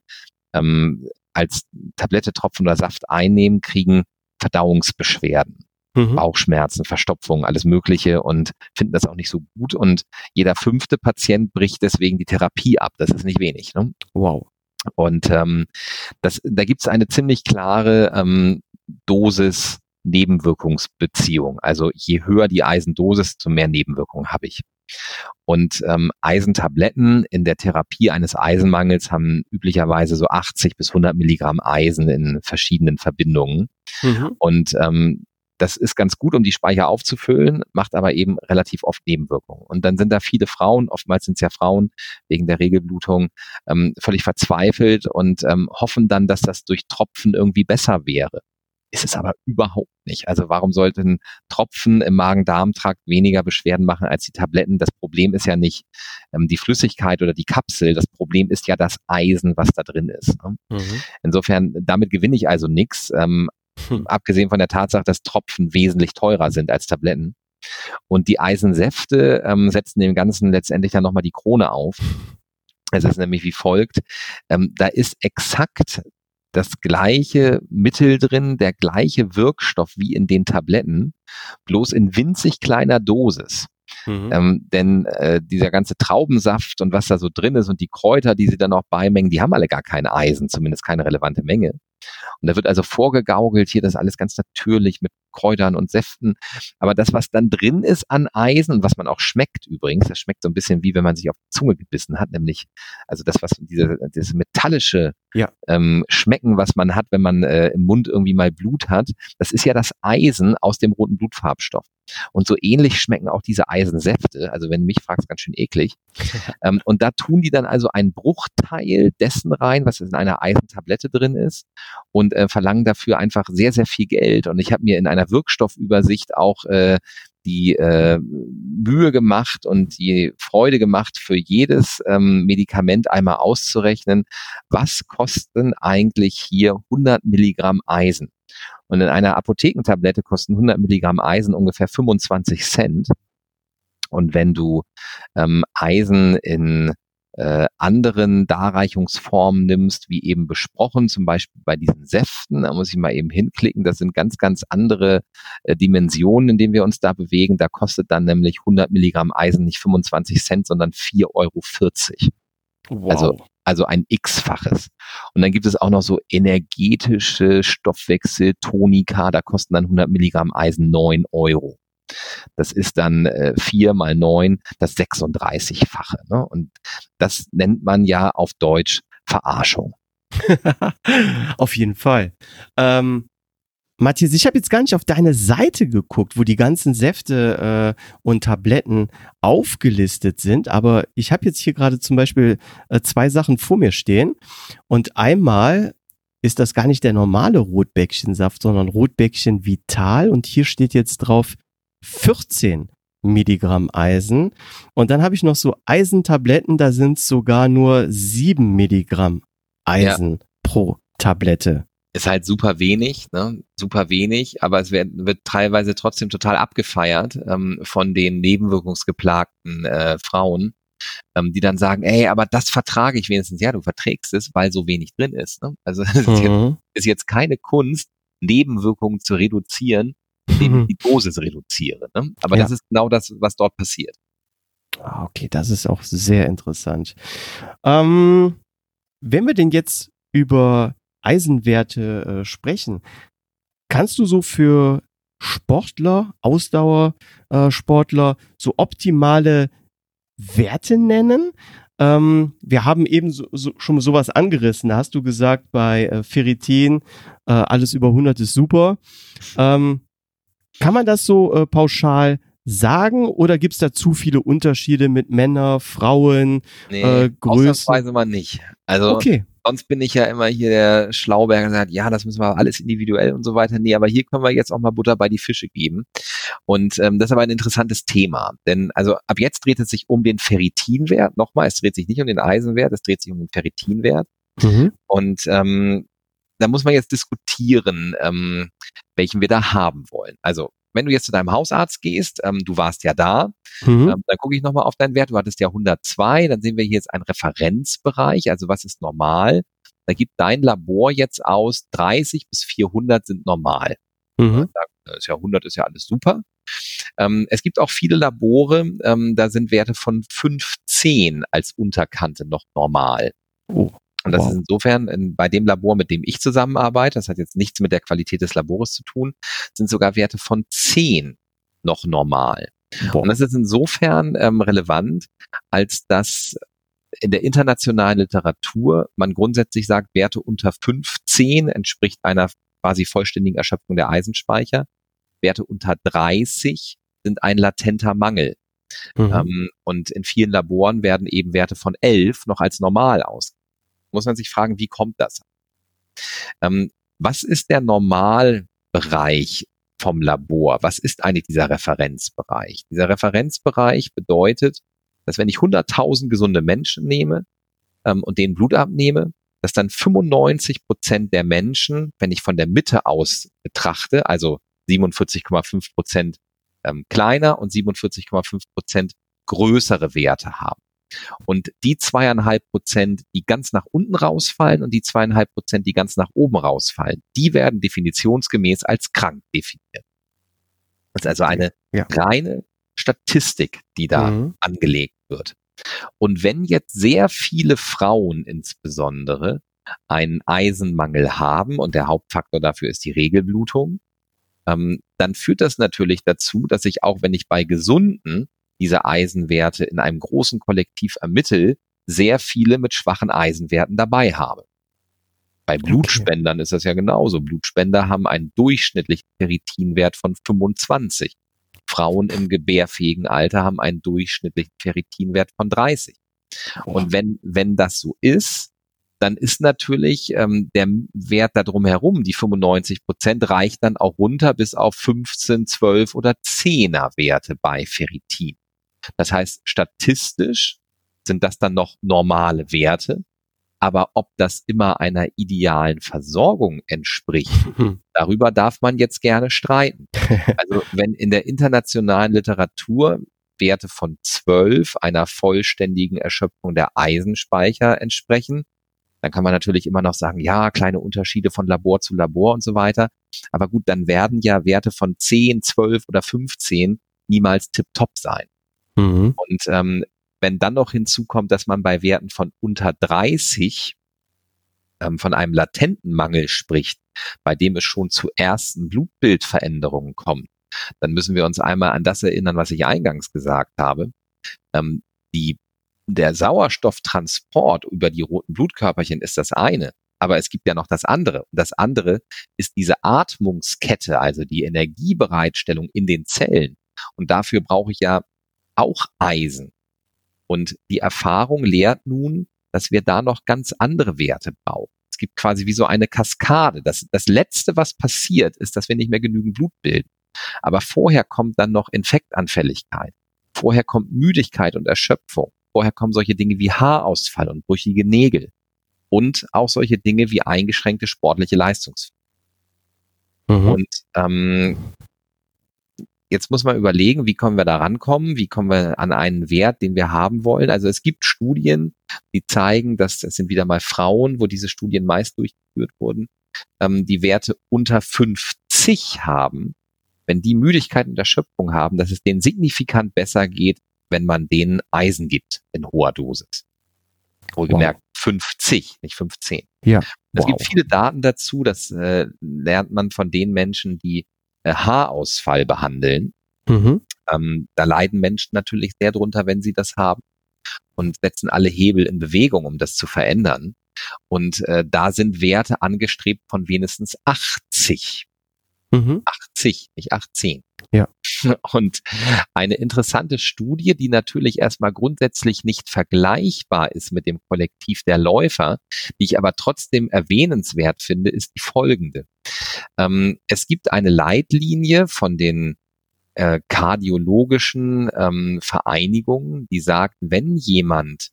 als Tablette, Tropfen oder Saft einnehmen, kriegen Verdauungsbeschwerden, Bauchschmerzen, Verstopfung, alles Mögliche und finden das auch nicht so gut. Und jeder 5. Patient bricht deswegen die Therapie ab. Das ist nicht wenig. Ne? Wow. Und da gibt es eine ziemlich klare Dosis Nebenwirkungsbeziehung. Also je höher die Eisendosis, desto mehr Nebenwirkungen habe ich. Und Eisentabletten in der Therapie eines Eisenmangels haben üblicherweise so 80 bis 100 Milligramm Eisen in verschiedenen Verbindungen. Und das ist ganz gut, um die Speicher aufzufüllen, macht aber eben relativ oft Nebenwirkungen. Und dann sind da viele Frauen, oftmals sind es ja Frauen wegen der Regelblutung, völlig verzweifelt und hoffen dann, dass das durch Tropfen irgendwie besser wäre. Ist es aber überhaupt nicht. Also warum sollten Tropfen im Magen-Darm-Trakt weniger Beschwerden machen als die Tabletten? Das Problem ist ja nicht die Flüssigkeit oder die Kapsel. Das Problem ist ja das Eisen, was da drin ist. Ne? Insofern, damit gewinne ich also nichts. Abgesehen von der Tatsache, dass Tropfen wesentlich teurer sind als Tabletten. Und die Eisensäfte setzen dem Ganzen letztendlich dann nochmal die Krone auf. Es ist nämlich wie folgt. Da ist exakt das gleiche Mittel drin, der gleiche Wirkstoff wie in den Tabletten, bloß in winzig kleiner Dosis. Denn dieser ganze Traubensaft und was da so drin ist und die Kräuter, die sie dann noch beimengen, die haben alle gar kein Eisen, zumindest keine relevante Menge. Und da wird also vorgegaukelt, hier das ist alles ganz natürlich mit Kräutern und Säften. Aber das, was dann drin ist an Eisen und was man auch schmeckt übrigens, das schmeckt so ein bisschen wie wenn man sich auf die Zunge gebissen hat, nämlich also das, was dieses metallische Schmecken, was man hat, wenn man im Mund irgendwie mal Blut hat, das ist ja das Eisen aus dem roten Blutfarbstoff. Und so ähnlich schmecken auch diese Eisensäfte. Also wenn du mich fragst, ganz schön eklig. Und da tun die dann also einen Bruchteil dessen rein, was in einer Eisentablette drin ist und verlangen dafür einfach sehr, sehr viel Geld. Und ich habe mir in einer Wirkstoffübersicht auch die Mühe gemacht und die Freude gemacht, für jedes Medikament einmal auszurechnen, was kosten eigentlich hier 100 Milligramm Eisen. Und in einer Apothekentablette kosten 100 Milligramm Eisen ungefähr 25 Cent. Und wenn du Eisen in anderen Darreichungsformen nimmst, wie eben besprochen, zum Beispiel bei diesen Säften, da muss ich mal eben hinklicken, das sind ganz, ganz andere Dimensionen, in denen wir uns da bewegen. Da kostet dann nämlich 100 Milligramm Eisen nicht 25 Cent, sondern 4,40 Euro. Wow. Also ein X-faches. Und dann gibt es auch noch so energetische Stoffwechsel, Tonika, da kosten dann 100 Milligramm Eisen 9 Euro. Das ist dann 4 mal 9, das 36-fache. Ne? Und das nennt man ja auf Deutsch Verarschung. Auf jeden Fall. Matthias, ich habe jetzt gar nicht auf deine Seite geguckt, wo die ganzen Säfte und Tabletten aufgelistet sind, aber ich habe jetzt hier gerade zum Beispiel 2 Sachen vor mir stehen und einmal ist das gar nicht der normale Rotbäckchensaft, sondern Rotbäckchen Vital und hier steht jetzt drauf 14 Milligramm Eisen und dann habe ich noch so Eisentabletten, da sind sogar nur 7 Milligramm Eisen pro Tablette. Ist halt super wenig, ne? Super wenig, aber es wird teilweise trotzdem total abgefeiert von den nebenwirkungsgeplagten Frauen, die dann sagen, ey, aber das vertrage ich wenigstens. Ja, du verträgst es, weil so wenig drin ist. Ne? Also es ist jetzt keine Kunst, Nebenwirkungen zu reduzieren, indem ich die Dosis reduziere. Ne? Aber das ist genau das, was dort passiert. Okay, das ist auch sehr interessant. Wenn wir denn jetzt über Eisenwerte sprechen, kannst du so für Sportler, Ausdauersportler so optimale Werte nennen? Wir haben eben schon sowas angerissen. Da hast du gesagt, bei Ferritin alles über 100 ist super. Kann man das so pauschal sagen oder gibt es da zu viele Unterschiede mit Männern, Frauen, Größen? Ausnahmsweise mal nicht. Also okay. Sonst bin ich ja immer hier der Schlauberger und sagt, ja, das müssen wir alles individuell und so weiter. Nee, aber hier können wir jetzt auch mal Butter bei die Fische geben. Und das ist aber ein interessantes Thema. Denn also ab jetzt dreht es sich um den Ferritinwert. Nochmal, es dreht sich nicht um den Eisenwert, es dreht sich um den Ferritinwert. Und da muss man jetzt diskutieren, welchen wir da haben wollen. Also wenn du jetzt zu deinem Hausarzt gehst, du warst ja da, dann gucke ich nochmal auf deinen Wert, du hattest ja 102, dann sehen wir hier jetzt einen Referenzbereich, also was ist normal? Da gibt dein Labor jetzt aus, 30 bis 400 sind normal. Das ist ja 100 ist ja alles super. Es gibt auch viele Labore, da sind Werte von 15 als Unterkante noch normal. Und das ist insofern bei dem Labor, mit dem ich zusammenarbeite, das hat jetzt nichts mit der Qualität des Labors zu tun, sind sogar Werte von 10 noch normal. Und das ist insofern relevant, als dass in der internationalen Literatur man grundsätzlich sagt, Werte unter 15 entspricht einer quasi vollständigen Erschöpfung der Eisenspeicher. Werte unter 30 sind ein latenter Mangel. Und in vielen Laboren werden eben Werte von 11 noch als normal ausgegeben. Muss man sich fragen, wie kommt das? Was ist der Normalbereich vom Labor? Was ist eigentlich dieser Referenzbereich? Dieser Referenzbereich bedeutet, dass wenn ich 100.000 gesunde Menschen nehme und denen Blut abnehme, dass dann 95% der Menschen, wenn ich von der Mitte aus betrachte, also 47,5% kleiner und 47,5% größere Werte haben. Und die 2,5%, die ganz nach unten rausfallen und die 2,5%, die ganz nach oben rausfallen, die werden definitionsgemäß als krank definiert. Das ist also eine reine Statistik, die da angelegt wird. Und wenn jetzt sehr viele Frauen insbesondere einen Eisenmangel haben und der Hauptfaktor dafür ist die Regelblutung, dann führt das natürlich dazu, dass ich auch, wenn ich bei Gesunden diese Eisenwerte in einem großen Kollektiv ermittle, sehr viele mit schwachen Eisenwerten dabei habe. Bei Blutspendern ist das ja genauso. Blutspender haben einen durchschnittlichen Ferritinwert von 25. Frauen im gebärfähigen Alter haben einen durchschnittlichen Ferritinwert von 30. Und wenn das so ist, dann ist natürlich der Wert da drumherum, die 95%, reicht dann auch runter bis auf 15, 12 oder 10er Werte bei Ferritin. Das heißt, statistisch sind das dann noch normale Werte, aber ob das immer einer idealen Versorgung entspricht, darüber darf man jetzt gerne streiten. Also wenn in der internationalen Literatur Werte von 12 einer vollständigen Erschöpfung der Eisenspeicher entsprechen, dann kann man natürlich immer noch sagen, ja, kleine Unterschiede von Labor zu Labor und so weiter. Aber gut, dann werden ja Werte von 10, 12 oder 15 niemals tipptopp sein. Und wenn dann noch hinzukommt, dass man bei Werten von unter 30 von einem latenten Mangel spricht, bei dem es schon zu ersten Blutbildveränderungen kommt, dann müssen wir uns einmal an das erinnern, was ich eingangs gesagt habe. Der Sauerstofftransport über die roten Blutkörperchen ist das eine, aber es gibt ja noch das andere. Und das andere ist diese Atmungskette, also die Energiebereitstellung in den Zellen. Und dafür brauche ich ja auch Eisen. Und die Erfahrung lehrt nun, dass wir da noch ganz andere Werte brauchen. Es gibt quasi wie so eine Kaskade. Das Letzte, was passiert, ist, dass wir nicht mehr genügend Blut bilden. Aber vorher kommt dann noch Infektanfälligkeit. Vorher kommt Müdigkeit und Erschöpfung. Vorher kommen solche Dinge wie Haarausfall und brüchige Nägel. Und auch solche Dinge wie eingeschränkte sportliche Leistungsfähigkeit. Und jetzt muss man überlegen, wie können wir da rankommen, wie kommen wir an einen Wert, den wir haben wollen. Also es gibt Studien, die zeigen, dass es sind wieder mal Frauen, wo diese Studien meist durchgeführt wurden, die Werte unter 50 haben. Wenn die Müdigkeit und Erschöpfung haben, dass es denen signifikant besser geht, wenn man denen Eisen gibt in hoher Dosis. Wohlgemerkt 50, nicht 15. Ja. Es gibt viele Daten dazu, das lernt man von den Menschen, die Haarausfall behandeln. Da leiden Menschen natürlich sehr drunter, wenn sie das haben und setzen alle Hebel in Bewegung, um das zu verändern. Und da sind Werte angestrebt von wenigstens 80. 80, nicht 18. Ja. Und eine interessante Studie, die natürlich erstmal grundsätzlich nicht vergleichbar ist mit dem Kollektiv der Läufer, die ich aber trotzdem erwähnenswert finde, ist die folgende. Es gibt eine Leitlinie von den kardiologischen Vereinigungen, die sagt, wenn jemand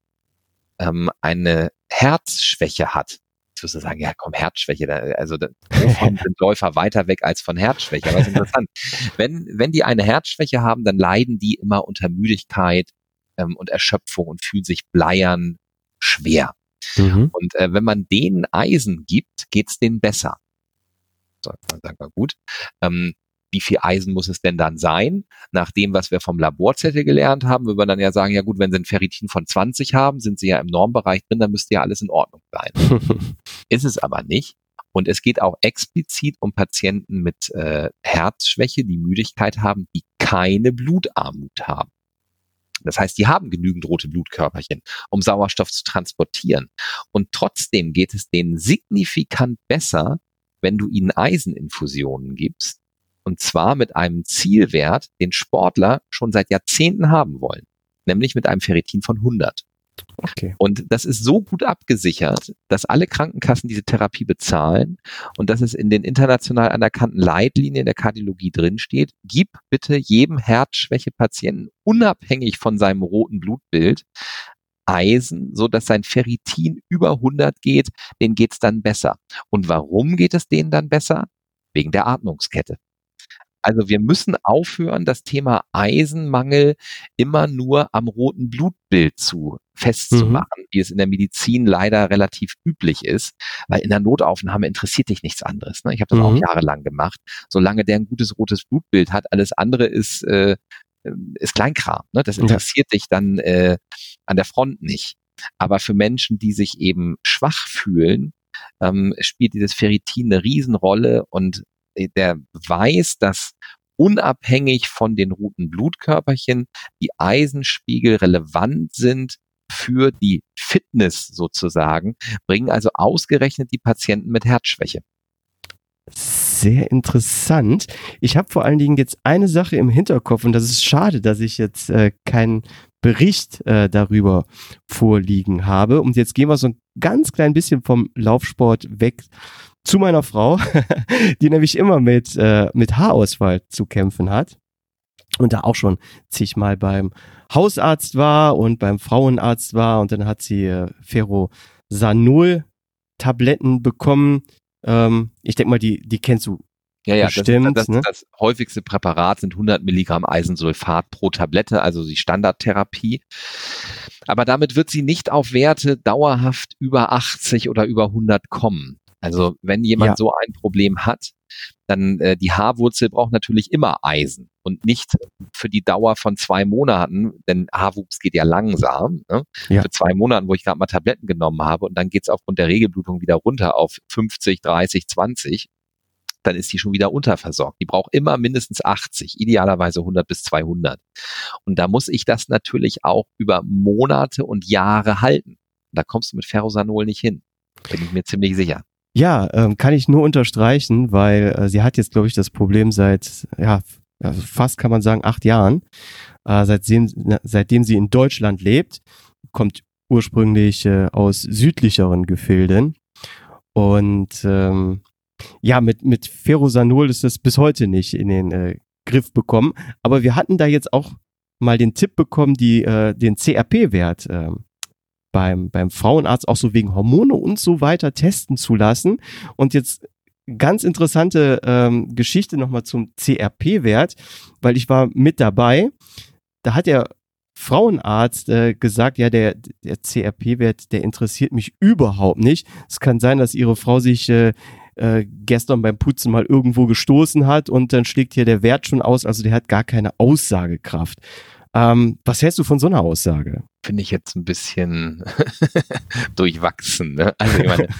eine Herzschwäche hat, ich würde sagen, ja komm, Herzschwäche, wovon sind Läufer weiter weg als von Herzschwäche? Aber es ist interessant. Wenn die eine Herzschwäche haben, dann leiden die immer unter Müdigkeit und Erschöpfung und fühlen sich bleiern, schwer. Und wenn man denen Eisen gibt, geht's denen besser. So, dann sagen wir gut. Wie viel Eisen muss es denn dann sein? Nach dem, was wir vom Laborzettel gelernt haben, würde man dann ja sagen, ja gut, wenn sie ein Ferritin von 20 haben, sind sie ja im Normbereich drin, dann müsste ja alles in Ordnung sein. Ist es aber nicht. Und es geht auch explizit um Patienten mit Herzschwäche, die Müdigkeit haben, die keine Blutarmut haben. Das heißt, die haben genügend rote Blutkörperchen, um Sauerstoff zu transportieren. Und trotzdem geht es denen signifikant besser, wenn du ihnen Eiseninfusionen gibst. Und zwar mit einem Zielwert, den Sportler schon seit Jahrzehnten haben wollen. Nämlich mit einem Ferritin von 100. Okay. Und das ist so gut abgesichert, dass alle Krankenkassen diese Therapie bezahlen und dass es in den international anerkannten Leitlinien der Kardiologie drinsteht, gib bitte jedem Herzschwäche-Patienten unabhängig von seinem roten Blutbild Eisen, so dass sein Ferritin über 100 geht, denen geht's dann besser. Und warum geht es denen dann besser? Wegen der Atmungskette. Also wir müssen aufhören, das Thema Eisenmangel immer nur am roten Blutbild festzumachen, wie es in der Medizin leider relativ üblich ist, weil in der Notaufnahme interessiert dich nichts anderes. Ne? Ich habe das auch jahrelang gemacht. Solange der ein gutes rotes Blutbild hat, alles andere ist Kleinkram. Ne? Das interessiert dich dann an der Front nicht. Aber für Menschen, die sich eben schwach fühlen, spielt dieses Ferritin eine Riesenrolle und der weiß, dass unabhängig von den roten Blutkörperchen die Eisenspiegel relevant sind für die Fitness sozusagen, bringen also ausgerechnet die Patienten mit Herzschwäche. Sehr interessant. Ich habe vor allen Dingen jetzt eine Sache im Hinterkopf und das ist schade, dass ich jetzt keinen Bericht darüber vorliegen habe. Und jetzt gehen wir so ein ganz klein bisschen vom Laufsport weg zu meiner Frau, die nämlich immer mit Haarausfall zu kämpfen hat und da auch schon zigmal beim Hausarzt war und beim Frauenarzt war und dann hat sie Ferrosanol-Tabletten bekommen. Ich denke mal, die kennst du Ja, bestimmt. Das häufigste Präparat sind 100 Milligramm Eisensulfat pro Tablette, also die Standardtherapie. Aber damit wird sie nicht auf Werte dauerhaft über 80 oder über 100 kommen. Also wenn jemand so ein Problem hat, dann die Haarwurzel braucht natürlich immer Eisen und nicht für die Dauer von 2 Monaten, denn Haarwuchs geht ja langsam, ne? Ja. Für 2 Monaten, wo ich gerade mal Tabletten genommen habe und dann geht es aufgrund der Regelblutung wieder runter auf 50, 30, 20. Dann ist die schon wieder unterversorgt. Die braucht immer mindestens 80, idealerweise 100 bis 200. Und da muss ich das natürlich auch über Monate und Jahre halten. Da kommst du mit Ferrosanol nicht hin. Bin ich mir ziemlich sicher. Ja, kann ich nur unterstreichen, weil sie hat jetzt, glaube ich, das Problem seit, fast kann man sagen, 8 Jahren. Seitdem sie in Deutschland lebt, kommt ursprünglich aus südlicheren Gefilden. Und mit Ferrosanol ist das bis heute nicht in den Griff bekommen. Aber wir hatten da jetzt auch mal den Tipp bekommen, den CRP-Wert beim Frauenarzt auch so wegen Hormone und so weiter testen zu lassen. Und jetzt ganz interessante Geschichte nochmal zum CRP-Wert, weil ich war mit dabei. Da hat der Frauenarzt gesagt, ja, der CRP-Wert, der interessiert mich überhaupt nicht. Es kann sein, dass ihre Frau sich gestern beim Putzen mal irgendwo gestoßen hat und dann schlägt hier der Wert schon aus, also der hat gar keine Aussagekraft. Was hältst du von so einer Aussage? Finde ich jetzt ein bisschen durchwachsen. Ne? Also ich meine,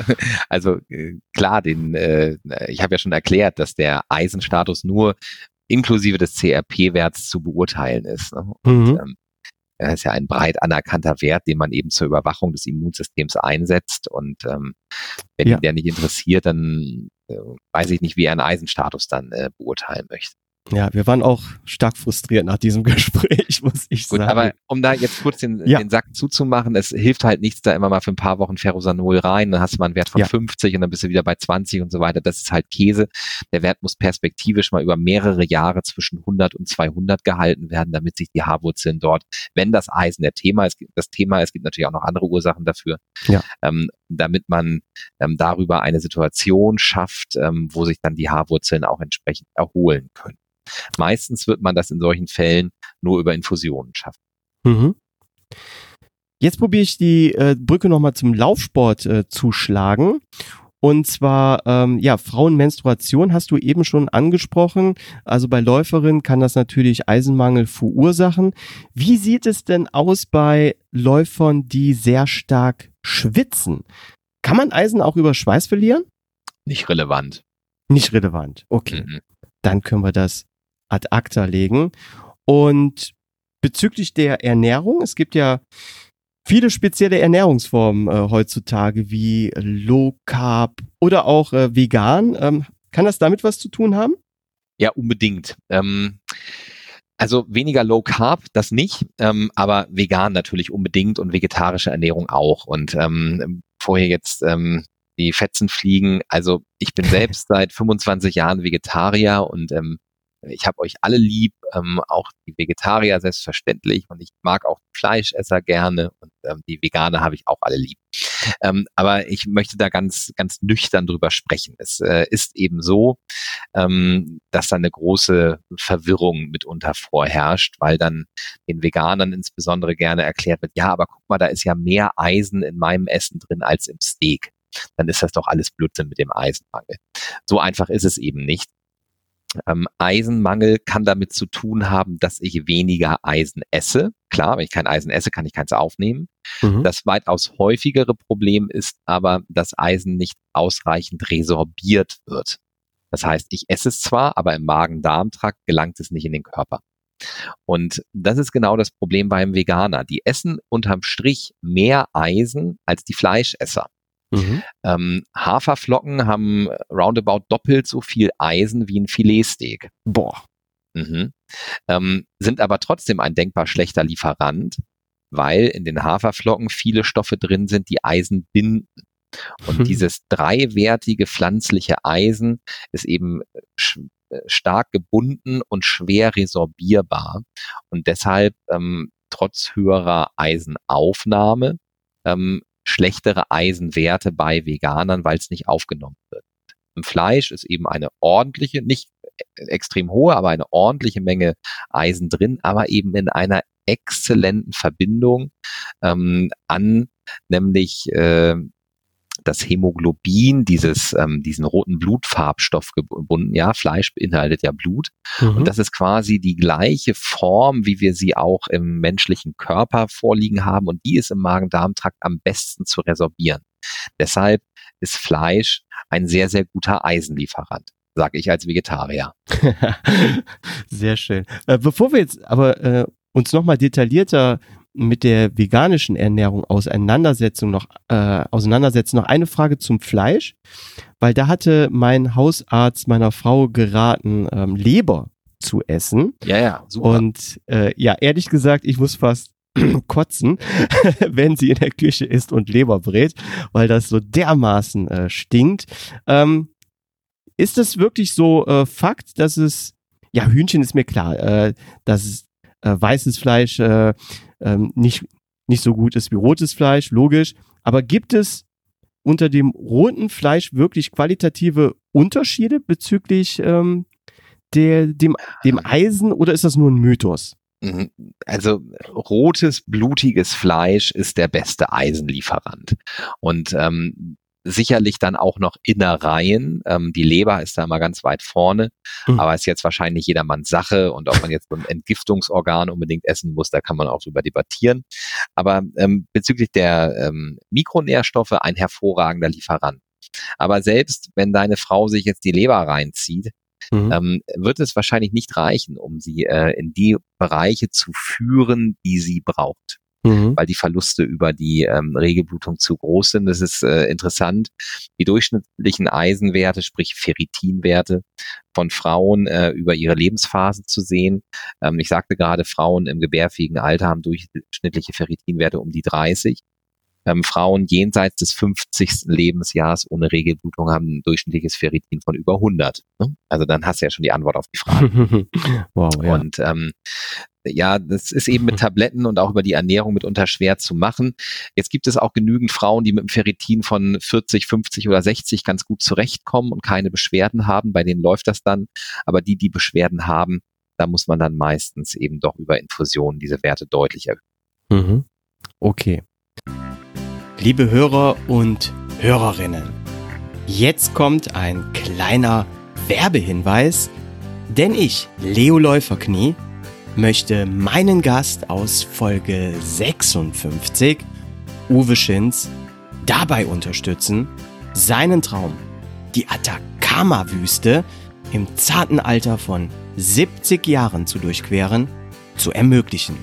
klar, ich habe ja schon erklärt, dass der Eisenstatus nur inklusive des CRP-Werts zu beurteilen ist. Ne? Und das ist ja ein breit anerkannter Wert, den man eben zur Überwachung des Immunsystems einsetzt. Und wenn ihn der nicht interessiert, dann weiß ich nicht, wie er einen Eisenstatus dann beurteilen möchte. Ja, wir waren auch stark frustriert nach diesem Gespräch, muss ich sagen. Aber um da jetzt kurz den Sack zuzumachen, es hilft halt nichts, da immer mal für ein paar Wochen Ferrosanol rein, dann hast du mal einen Wert von 50 und dann bist du wieder bei 20 und so weiter. Das ist halt Käse. Der Wert muss perspektivisch mal über mehrere Jahre zwischen 100 und 200 gehalten werden, damit sich die Haarwurzeln dort, wenn das Eisen es gibt natürlich auch noch andere Ursachen dafür, damit man darüber eine Situation schafft, wo sich dann die Haarwurzeln auch entsprechend erholen können. Meistens wird man das in solchen Fällen nur über Infusionen schaffen. Mhm. Jetzt probiere ich die Brücke nochmal zum Laufsport zu schlagen. Und zwar, Frauenmenstruation hast du eben schon angesprochen. Also bei Läuferinnen kann das natürlich Eisenmangel verursachen. Wie sieht es denn aus bei Läufern, die sehr stark schwitzen? Kann man Eisen auch über Schweiß verlieren? Nicht relevant. Nicht relevant, okay. Dann können wir das ad acta legen. Und bezüglich der Ernährung, es gibt ja viele spezielle Ernährungsformen heutzutage wie Low Carb oder auch vegan. Kann das damit was zu tun haben? Ja, unbedingt. Also weniger Low Carb, das nicht, aber vegan natürlich unbedingt und vegetarische Ernährung auch. Und vorher jetzt die Fetzen fliegen. Also ich bin selbst seit 25 Jahren Vegetarier und ich habe euch alle lieb, auch die Vegetarier selbstverständlich und ich mag auch Fleischesser gerne und die Veganer habe ich auch alle lieb. Aber ich möchte da ganz, ganz nüchtern drüber sprechen. Es ist eben so, dass da eine große Verwirrung mitunter vorherrscht, weil dann den Veganern insbesondere gerne erklärt wird, ja, aber guck mal, da ist ja mehr Eisen in meinem Essen drin als im Steak. Dann ist das doch alles Blödsinn mit dem Eisenmangel. So einfach ist es eben nicht. Eisenmangel kann damit zu tun haben, dass ich weniger Eisen esse. Klar, wenn ich kein Eisen esse, kann ich keins aufnehmen. Das weitaus häufigere Problem ist aber, dass Eisen nicht ausreichend resorbiert wird. Das heißt, ich esse es zwar, aber im Magen-Darm-Trakt gelangt es nicht in den Körper. Und das ist genau das Problem beim Veganer. Die essen unterm Strich mehr Eisen als die Fleischesser. Haferflocken haben roundabout doppelt so viel Eisen wie ein Filetsteak. Boah. Sind aber trotzdem ein denkbar schlechter Lieferant, weil in den Haferflocken viele Stoffe drin sind, die Eisen binden. Und dieses dreiwertige pflanzliche Eisen ist eben stark gebunden und schwer resorbierbar und deshalb trotz höherer Eisenaufnahme schlechtere Eisenwerte bei Veganern, weil es nicht aufgenommen wird. Im Fleisch ist eben eine ordentliche, nicht extrem hohe, aber eine ordentliche Menge Eisen drin, aber eben in einer exzellenten Verbindung an nämlich das Hämoglobin, diesen roten Blutfarbstoff gebunden. Ja, Fleisch beinhaltet ja Blut. Und das ist quasi die gleiche Form, wie wir sie auch im menschlichen Körper vorliegen haben. Und die ist im Magen-Darm-Trakt am besten zu resorbieren. Deshalb ist Fleisch ein sehr, sehr guter Eisenlieferant, sage ich als Vegetarier. Sehr schön. Bevor wir jetzt aber uns nochmal detaillierter mit der veganischen Ernährung auseinandersetzen, noch eine Frage zum Fleisch, weil da hatte mein Hausarzt meiner Frau geraten, Leber zu essen. Ja, super. Und ehrlich gesagt, ich muss fast kotzen, wenn sie in der Küche ist und Leber brät, weil das so dermaßen stinkt. Ist es wirklich so Fakt, dass es, ja, Hühnchen ist mir klar, dass es weißes Fleisch nicht so gut ist wie rotes Fleisch, logisch. Aber gibt es unter dem roten Fleisch wirklich qualitative Unterschiede bezüglich dem Eisen oder ist das nur ein Mythos? Also rotes, blutiges Fleisch ist der beste Eisenlieferant. Und sicherlich dann auch noch Innereien. Die Leber ist da mal ganz weit vorne, aber ist jetzt wahrscheinlich jedermanns Sache und ob man jetzt so ein Entgiftungsorgan unbedingt essen muss, da kann man auch drüber debattieren. Aber bezüglich der Mikronährstoffe ein hervorragender Lieferant. Aber selbst wenn deine Frau sich jetzt die Leber reinzieht, wird es wahrscheinlich nicht reichen, um sie in die Bereiche zu führen, die sie braucht. Weil die Verluste über die Regelblutung zu groß sind. Das ist interessant. Die durchschnittlichen Eisenwerte, sprich Ferritinwerte von Frauen über ihre Lebensphase zu sehen. Ich sagte gerade, Frauen im gebärfähigen Alter haben durchschnittliche Ferritinwerte um die 30. Frauen jenseits des 50. Lebensjahres ohne Regelblutung haben ein durchschnittliches Ferritin von über 100. Ne? Also dann hast du ja schon die Antwort auf die Frage. Wow, ja. Und ja, das ist eben mit Tabletten und auch über die Ernährung mitunter schwer zu machen. Jetzt gibt es auch genügend Frauen, die mit einem Ferritin von 40, 50 oder 60 ganz gut zurechtkommen und keine Beschwerden haben. Bei denen läuft das dann. Aber die Beschwerden haben, da muss man dann meistens eben doch über Infusionen diese Werte deutlich erhöhen. Okay. Liebe Hörer und Hörerinnen, jetzt kommt ein kleiner Werbehinweis, denn ich, Leo Läuferknie, möchte meinen Gast aus Folge 56, Uwe Schinz, dabei unterstützen, seinen Traum, die Atacama-Wüste im zarten Alter von 70 Jahren zu durchqueren, zu ermöglichen.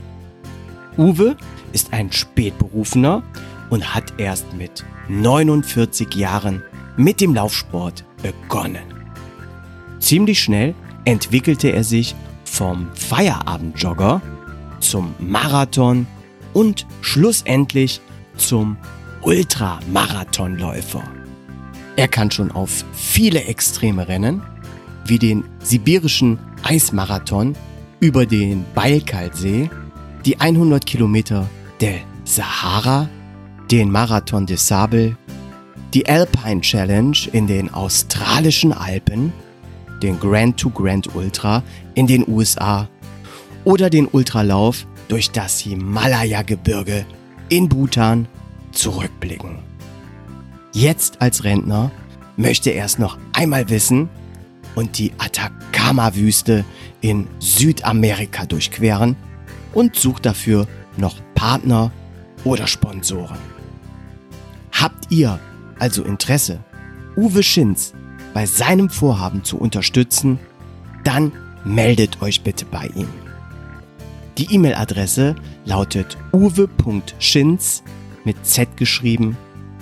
Uwe ist ein Spätberufener und hat erst mit 49 Jahren mit dem Laufsport begonnen. Ziemlich schnell entwickelte er sich vom Feierabendjogger zum Marathon und schlussendlich zum Ultramarathonläufer. Er kann schon auf viele extreme Rennen, wie den sibirischen Eismarathon über den Baikal-See, die 100 Kilometer der Sahara, den Marathon des Sables, die Alpine Challenge in den australischen Alpen, den Grand to Grand Ultra in den USA oder den Ultralauf durch das Himalaya-Gebirge in Bhutan zurückblicken. Jetzt als Rentner möchte er es noch einmal wissen und die Atacama-Wüste in Südamerika durchqueren und sucht dafür noch Partner oder Sponsoren. Habt ihr also Interesse, Uwe Schinz bei seinem Vorhaben zu unterstützen, dann meldet euch bitte bei ihm. Die E-Mail-Adresse lautet uwe.schinz mit z geschrieben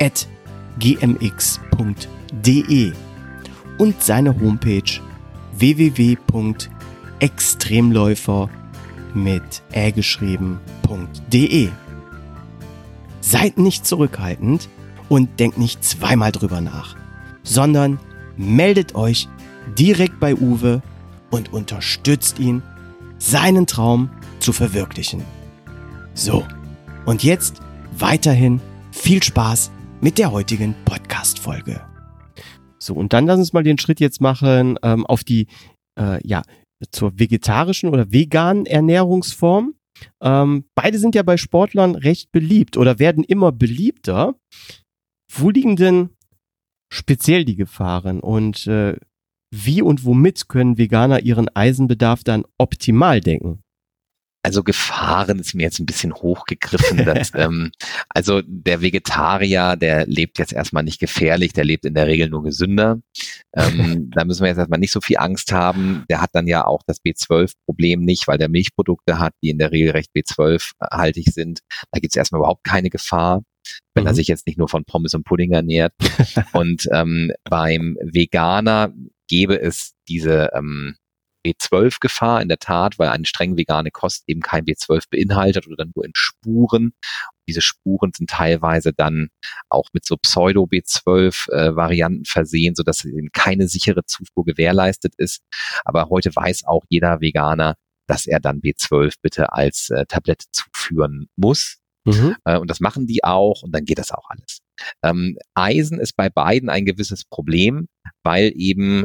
@gmx.de und seine Homepage www.extremläufer mit ä geschrieben.de. Seid nicht zurückhaltend und denkt nicht zweimal drüber nach, sondern meldet euch direkt bei Uwe und unterstützt ihn, seinen Traum zu verwirklichen. So, und jetzt weiterhin viel Spaß mit der heutigen Podcast-Folge. So, und dann lass uns mal den Schritt jetzt machen auf die, zur vegetarischen oder veganen Ernährungsform. Beide sind ja bei Sportlern recht beliebt oder werden immer beliebter. Wo liegen denn speziell die Gefahren und wie und womit können Veganer ihren Eisenbedarf dann optimal decken? Also Gefahren ist mir jetzt ein bisschen hochgegriffen. Also der Vegetarier, der lebt jetzt erstmal nicht gefährlich, der lebt in der Regel nur gesünder. Da müssen wir jetzt erstmal nicht so viel Angst haben. Der hat dann ja auch das B12-Problem nicht, weil der Milchprodukte hat, die in der Regel recht B12-haltig sind. Da gibt es erstmal überhaupt keine Gefahr, wenn er sich jetzt nicht nur von Pommes und Pudding ernährt. Und beim Veganer gäbe es diese B12-Gefahr in der Tat, weil eine streng vegane Kost eben kein B12 beinhaltet oder dann nur in Spuren. Diese Spuren sind teilweise dann auch mit so Pseudo-B12-Varianten versehen, sodass eben keine sichere Zufuhr gewährleistet ist. Aber heute weiß auch jeder Veganer, dass er dann B12 bitte als Tablette zuführen muss. Und das machen die auch und dann geht das auch alles. Eisen ist bei beiden ein gewisses Problem, weil eben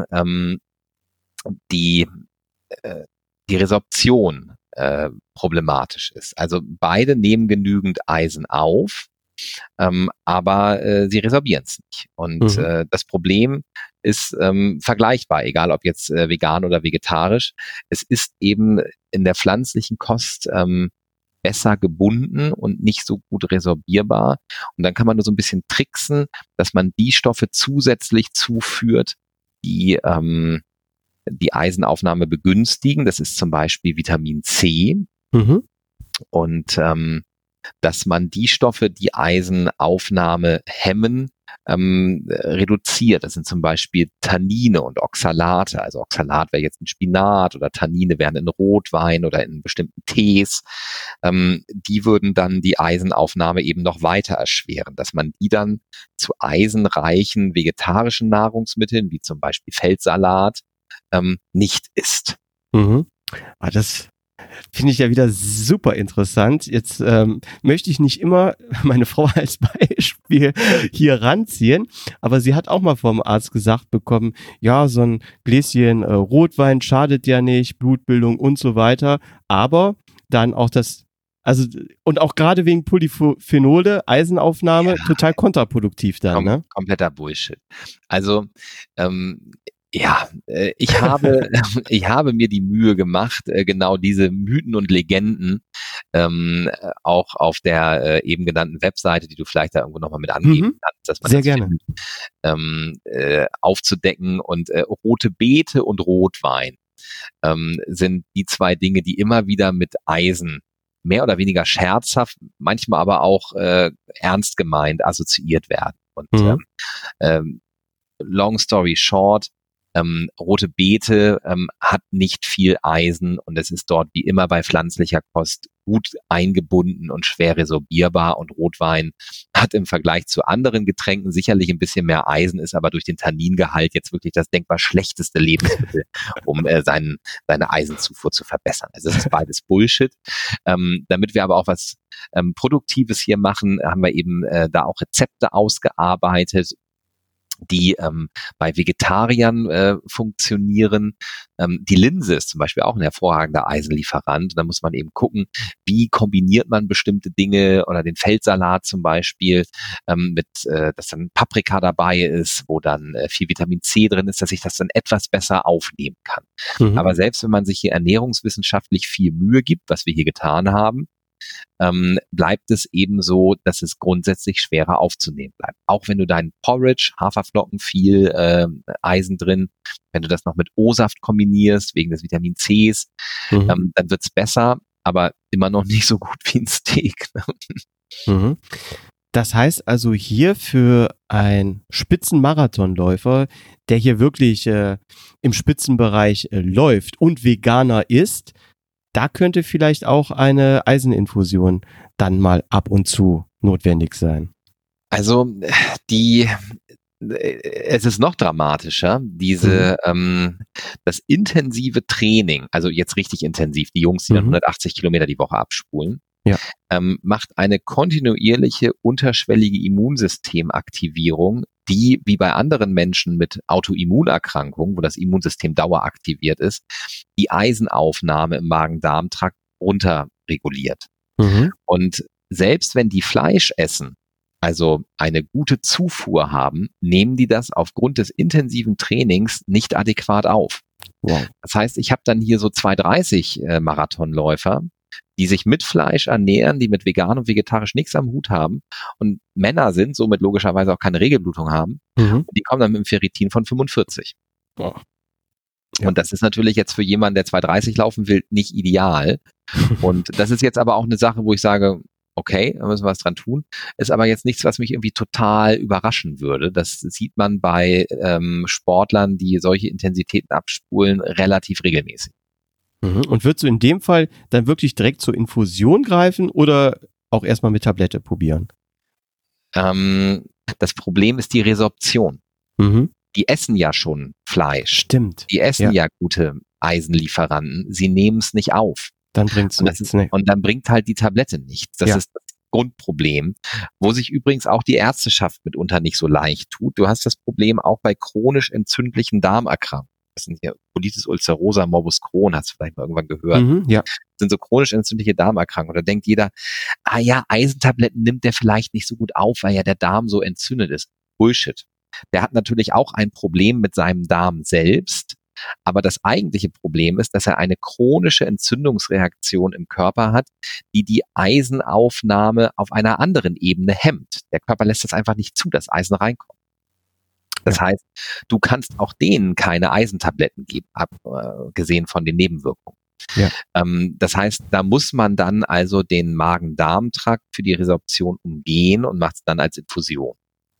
die Resorption problematisch ist. Also beide nehmen genügend Eisen auf, aber sie resorbieren es nicht. Und das Problem ist vergleichbar, egal ob jetzt vegan oder vegetarisch. Es ist eben in der pflanzlichen Kost besser gebunden und nicht so gut resorbierbar. Und dann kann man nur so ein bisschen tricksen, dass man die Stoffe zusätzlich zuführt, die die Eisenaufnahme begünstigen. Das ist zum Beispiel Vitamin C. Und dass man die Stoffe, die Eisenaufnahme hemmen, reduziert. Das sind zum Beispiel Tannine und Oxalate. Also Oxalat wäre jetzt in Spinat oder Tannine wären in Rotwein oder in bestimmten Tees. Die würden dann die Eisenaufnahme eben noch weiter erschweren, dass man die dann zu eisenreichen vegetarischen Nahrungsmitteln, wie zum Beispiel Feldsalat, nicht isst. Das finde ich ja wieder super interessant. Jetzt möchte ich nicht immer meine Frau als Beispiel hier ranziehen, aber sie hat auch mal vom Arzt gesagt bekommen, ja, so ein Gläschen Rotwein schadet ja nicht, Blutbildung und so weiter, aber dann auch und auch gerade wegen Polyphenole, Eisenaufnahme, total kontraproduktiv dann, ne? Kompletter Bullshit. Also, ich habe mir die Mühe gemacht, genau diese Mythen und Legenden auch auf der eben genannten Webseite, die du vielleicht da irgendwo nochmal mit angeben kannst, dass man sehr das gerne findet, aufzudecken. Und rote Beete und Rotwein sind die zwei Dinge, die immer wieder mit Eisen mehr oder weniger scherzhaft, manchmal aber auch ernst gemeint assoziiert werden. Und long story short, rote Beete hat nicht viel Eisen und es ist dort wie immer bei pflanzlicher Kost gut eingebunden und schwer resorbierbar, und Rotwein hat im Vergleich zu anderen Getränken sicherlich ein bisschen mehr Eisen, ist aber durch den Tanningehalt jetzt wirklich das denkbar schlechteste Lebensmittel, um seine Eisenzufuhr zu verbessern. Also es ist beides Bullshit. Damit wir aber auch was Produktives hier machen, haben wir eben da auch Rezepte ausgearbeitet, die bei Vegetariern funktionieren. Die Linse ist zum Beispiel auch ein hervorragender Eisenlieferant. Da muss man eben gucken, wie kombiniert man bestimmte Dinge, oder den Feldsalat zum Beispiel, dass dann Paprika dabei ist, wo dann viel Vitamin C drin ist, dass ich das dann etwas besser aufnehmen kann. Aber selbst wenn man sich hier ernährungswissenschaftlich viel Mühe gibt, was wir hier getan haben, bleibt es eben so, dass es grundsätzlich schwerer aufzunehmen bleibt. Auch wenn du deinen Porridge, Haferflocken, viel Eisen drin, wenn du das noch mit O-Saft kombinierst, wegen des Vitamin Cs, dann wird's besser, aber immer noch nicht so gut wie ein Steak. Das heißt also hier für einen Spitzenmarathonläufer, der hier wirklich im Spitzenbereich läuft und Veganer ist, da könnte vielleicht auch eine Eiseninfusion dann mal ab und zu notwendig sein. Also es ist noch dramatischer, das intensive Training, also jetzt richtig intensiv, die Jungs, die dann 180 Kilometer die Woche abspulen, macht eine kontinuierliche unterschwellige Immunsystemaktivierung, die wie bei anderen Menschen mit Autoimmunerkrankungen, wo das Immunsystem daueraktiviert ist, die Eisenaufnahme im Magen-Darm-Trakt runterreguliert. Und selbst wenn die Fleisch essen, also eine gute Zufuhr haben, nehmen die das aufgrund des intensiven Trainings nicht adäquat auf. Wow. Das heißt, ich habe dann hier so 230 Marathonläufer, die sich mit Fleisch ernähren, die mit vegan und vegetarisch nichts am Hut haben und Männer sind, somit logischerweise auch keine Regelblutung haben. Und die kommen dann mit einem Ferritin von 45. Wow. Ja. Und das ist natürlich jetzt für jemanden, der 230 laufen will, nicht ideal. Und das ist jetzt aber auch eine Sache, wo ich sage, okay, da müssen wir was dran tun. Ist aber jetzt nichts, was mich irgendwie total überraschen würde. Das sieht man bei Sportlern, die solche Intensitäten abspulen, relativ regelmäßig. Und würdest du in dem Fall dann wirklich direkt zur Infusion greifen oder auch erstmal mit Tablette probieren? Das Problem ist die Resorption. Die essen ja schon Fleisch. Stimmt. Die essen ja gute Eisenlieferanten. Sie nehmen es nicht auf. Dann bringt's nichts. Und dann bringt halt die Tablette nichts. Das ist das Grundproblem, wo sich übrigens auch die Ärzteschaft mitunter nicht so leicht tut. Du hast das Problem auch bei chronisch entzündlichen Darmerkrankungen. Das sind hier Colitis ulcerosa, Morbus Crohn, hast du vielleicht mal irgendwann gehört. Das sind so chronisch entzündliche Darmerkrankungen. Da denkt jeder, Eisentabletten nimmt der vielleicht nicht so gut auf, weil ja der Darm so entzündet ist. Bullshit. Der hat natürlich auch ein Problem mit seinem Darm selbst. Aber das eigentliche Problem ist, dass er eine chronische Entzündungsreaktion im Körper hat, die die Eisenaufnahme auf einer anderen Ebene hemmt. Der Körper lässt es einfach nicht zu, dass Eisen reinkommt. Das heißt, du kannst auch denen keine Eisentabletten geben, abgesehen von den Nebenwirkungen. Das heißt, da muss man dann also den Magen-Darm-Trakt für die Resorption umgehen und macht es dann als Infusion.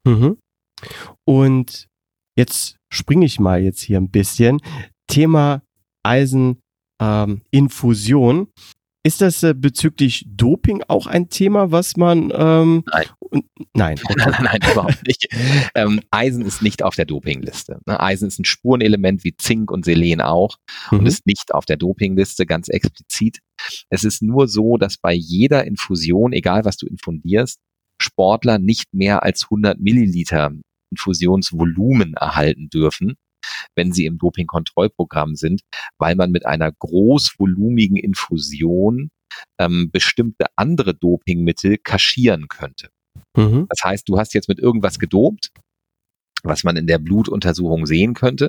Und jetzt springe ich mal jetzt hier ein bisschen. Thema Eiseninfusion. Ist das bezüglich Doping auch ein Thema, was man... Nein. Nein, überhaupt nicht. Eisen ist nicht auf der Dopingliste. Eisen ist ein Spurenelement wie Zink und Selen auch und ist nicht auf der Dopingliste, ganz explizit. Es ist nur so, dass bei jeder Infusion, egal was du infundierst, Sportler nicht mehr als 100 Milliliter Infusionsvolumen erhalten dürfen, wenn sie im Dopingkontrollprogramm sind, weil man mit einer großvolumigen Infusion bestimmte andere Dopingmittel kaschieren könnte. Das heißt, du hast jetzt mit irgendwas gedopt, was man in der Blutuntersuchung sehen könnte.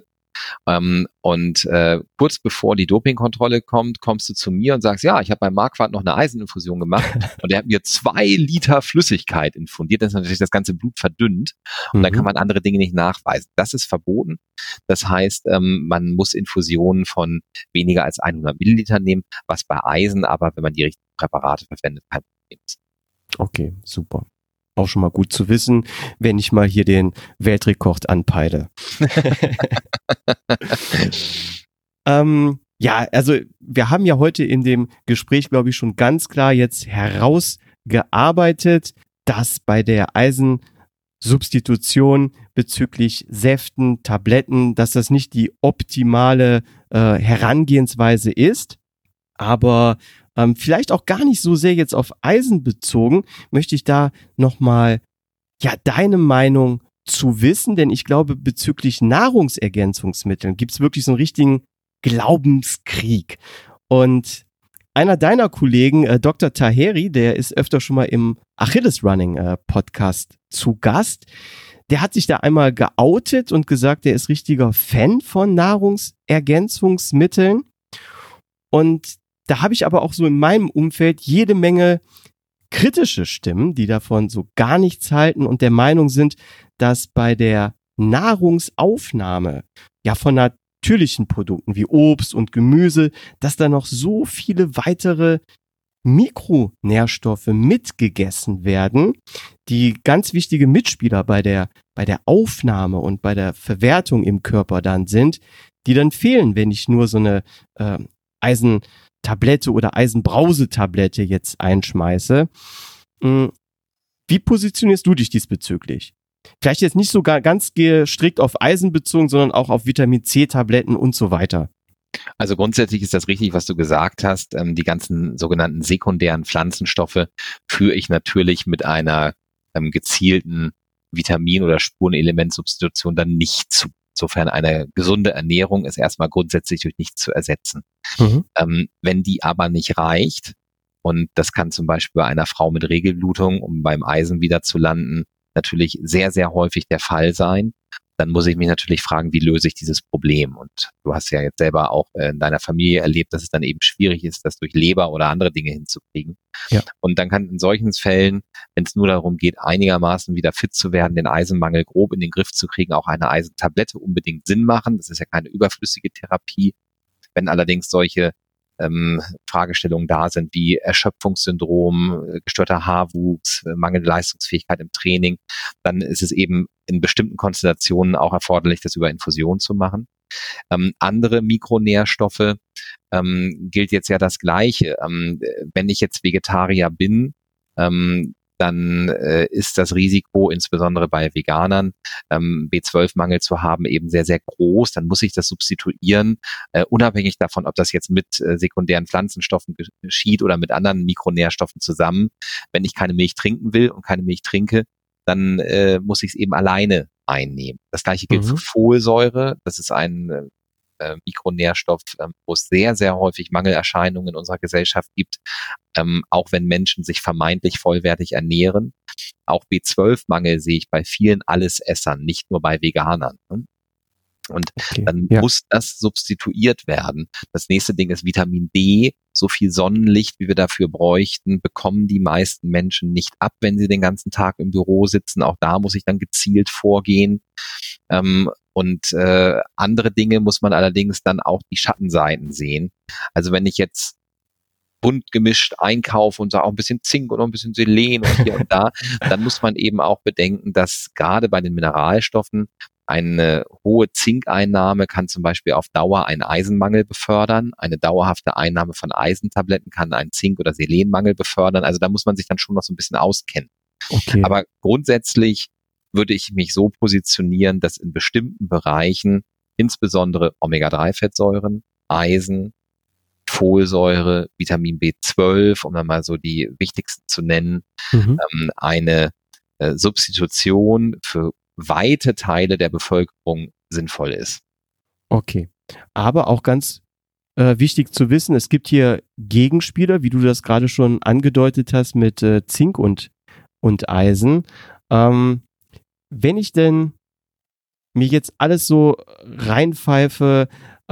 Kurz bevor die Dopingkontrolle kommt, kommst du zu mir und sagst, ja, ich habe beim Marquardt noch eine Eiseninfusion gemacht und er hat mir 2 Liter Flüssigkeit infundiert. Das ist natürlich das ganze Blut verdünnt und dann kann man andere Dinge nicht nachweisen. Das ist verboten. Das heißt, man muss Infusionen von weniger als 100 Milliliter nehmen, was bei Eisen aber, wenn man die richtigen Präparate verwendet, kein Problem ist. Okay, super. Auch schon mal gut zu wissen, wenn ich mal hier den Weltrekord anpeile. Also wir haben ja heute in dem Gespräch, glaube ich, schon ganz klar jetzt herausgearbeitet, dass bei der Eisensubstitution bezüglich Säften, Tabletten, dass das nicht die optimale Herangehensweise ist. Aber vielleicht auch gar nicht so sehr jetzt auf Eisen bezogen, möchte ich da nochmal deine Meinung zu wissen, denn ich glaube, bezüglich Nahrungsergänzungsmitteln gibt es wirklich so einen richtigen Glaubenskrieg. Und einer deiner Kollegen, Dr. Taheri, der ist öfter schon mal im Achilles Running Podcast zu Gast, der hat sich da einmal geoutet und gesagt, er ist richtiger Fan von Nahrungsergänzungsmitteln. Und da habe ich aber auch so in meinem Umfeld jede Menge kritische Stimmen, die davon so gar nichts halten und der Meinung sind, dass bei der Nahrungsaufnahme von natürlichen Produkten wie Obst und Gemüse, dass da noch so viele weitere Mikronährstoffe mitgegessen werden, die ganz wichtige Mitspieler bei der Aufnahme und bei der Verwertung im Körper dann sind, die dann fehlen, wenn ich nur so eine Eisentabletten Tablette oder Eisenbrausetablette jetzt einschmeiße. Wie positionierst du dich diesbezüglich? Vielleicht jetzt nicht sogar ganz strikt auf Eisen bezogen, sondern auch auf Vitamin-C-Tabletten und so weiter. Also grundsätzlich ist das richtig, was du gesagt hast. Die ganzen sogenannten sekundären Pflanzenstoffe führe ich natürlich mit einer gezielten Vitamin- oder Spurenelementsubstitution dann nicht zu. Insofern eine gesunde Ernährung ist erstmal grundsätzlich durch nichts zu ersetzen. Wenn die aber nicht reicht, und das kann zum Beispiel bei einer Frau mit Regelblutung, um beim Eisen wieder zu landen, natürlich sehr, sehr häufig der Fall sein, dann muss ich mich natürlich fragen, wie löse ich dieses Problem? Und du hast ja jetzt selber auch in deiner Familie erlebt, dass es dann eben schwierig ist, das durch Leber oder andere Dinge hinzukriegen. Ja. Und dann kann in solchen Fällen, wenn es nur darum geht, einigermaßen wieder fit zu werden, den Eisenmangel grob in den Griff zu kriegen, auch eine Eisentablette unbedingt Sinn machen. Das ist ja keine überflüssige Therapie. Wenn allerdings solche Fragestellungen da sind, wie Erschöpfungssyndrom, gestörter Haarwuchs, mangelnde Leistungsfähigkeit im Training, dann ist es eben in bestimmten Konstellationen auch erforderlich, das über Infusion zu machen. Andere Mikronährstoffe gilt jetzt ja das Gleiche. Wenn ich jetzt Vegetarier bin, dann ist das Risiko, insbesondere bei Veganern, B12-Mangel zu haben, eben sehr, sehr groß. Dann muss ich das substituieren, unabhängig davon, ob das jetzt mit sekundären Pflanzenstoffen geschieht oder mit anderen Mikronährstoffen zusammen. Wenn ich keine Milch trinken will und keine Milch trinke, dann muss ich es eben alleine einnehmen. Das Gleiche gilt für Folsäure. Das ist ein Mikronährstoff, wo es sehr, sehr häufig Mangelerscheinungen in unserer Gesellschaft gibt, auch wenn Menschen sich vermeintlich vollwertig ernähren. Auch B12-Mangel sehe ich bei vielen Allesessern, nicht nur bei Veganern. Und dann muss das substituiert werden. Das nächste Ding ist Vitamin D. So viel Sonnenlicht, wie wir dafür bräuchten, bekommen die meisten Menschen nicht ab, wenn sie den ganzen Tag im Büro sitzen. Auch da muss ich dann gezielt vorgehen. Und andere Dinge muss man allerdings dann auch die Schattenseiten sehen. Also wenn ich jetzt bunt gemischt einkaufe und sage auch ein bisschen Zink und auch ein bisschen Selen und hier und da, dann muss man eben auch bedenken, dass gerade bei den Mineralstoffen eine hohe Zinkeinnahme kann zum Beispiel auf Dauer einen Eisenmangel befördern. Eine dauerhafte Einnahme von Eisentabletten kann einen Zink- oder Selenmangel befördern. Also da muss man sich dann schon noch so ein bisschen auskennen. Okay. Aber grundsätzlich würde ich mich so positionieren, dass in bestimmten Bereichen insbesondere Omega-3-Fettsäuren, Eisen, Folsäure, Vitamin B12, um dann mal so die wichtigsten zu nennen, eine Substitution für weite Teile der Bevölkerung sinnvoll ist. Okay, aber auch ganz wichtig zu wissen, es gibt hier Gegenspieler, wie du das gerade schon angedeutet hast mit Zink und Eisen. Wenn ich denn mir jetzt alles so reinpfeife,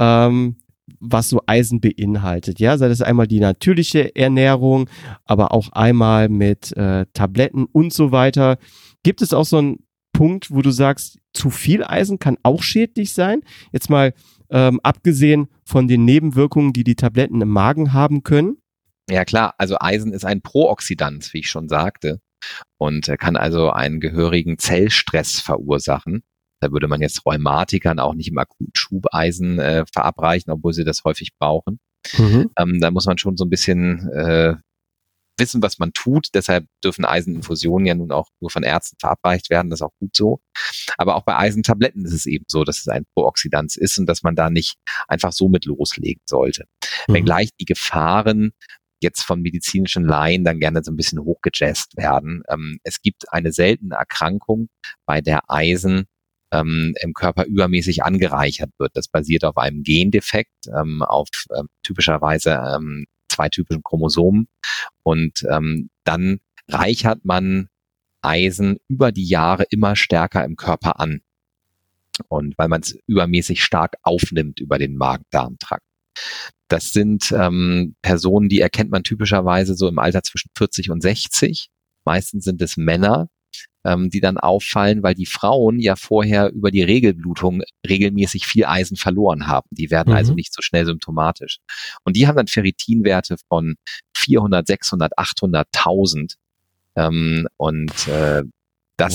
was so Eisen beinhaltet, ja, sei das einmal die natürliche Ernährung, aber auch einmal mit Tabletten und so weiter. Gibt es auch so einen Punkt, wo du sagst, zu viel Eisen kann auch schädlich sein? Jetzt mal abgesehen von den Nebenwirkungen, die die Tabletten im Magen haben können. Ja klar, also Eisen ist ein Prooxidant, wie ich schon sagte, und kann also einen gehörigen Zellstress verursachen. Da würde man jetzt Rheumatikern auch nicht im akuten Schub Eisen verabreichen, obwohl sie das häufig brauchen. Da muss man schon so ein bisschen wissen, was man tut. Deshalb dürfen Eiseninfusionen ja nun auch nur von Ärzten verabreicht werden. Das ist auch gut so. Aber auch bei Eisentabletten ist es eben so, dass es ein Prooxidant ist und dass man da nicht einfach so mit loslegen sollte. Wenngleich die Gefahren jetzt von medizinischen Laien dann gerne so ein bisschen hochgejazzt werden. Es gibt eine seltene Erkrankung, bei der Eisen im Körper übermäßig angereichert wird. Das basiert auf einem Gendefekt, auf typischerweise 2 typischen Chromosomen. Und dann reichert man Eisen über die Jahre immer stärker im Körper an. Und weil man es übermäßig stark aufnimmt über den Magen-Darm-Trakt. Das sind Personen, die erkennt man typischerweise so im Alter zwischen 40 und 60. Meistens sind es Männer, die dann auffallen, weil die Frauen ja vorher über die Regelblutung regelmäßig viel Eisen verloren haben. Die werden also nicht so schnell symptomatisch. Und die haben dann Ferritinwerte von 400, 600, 800.000. Das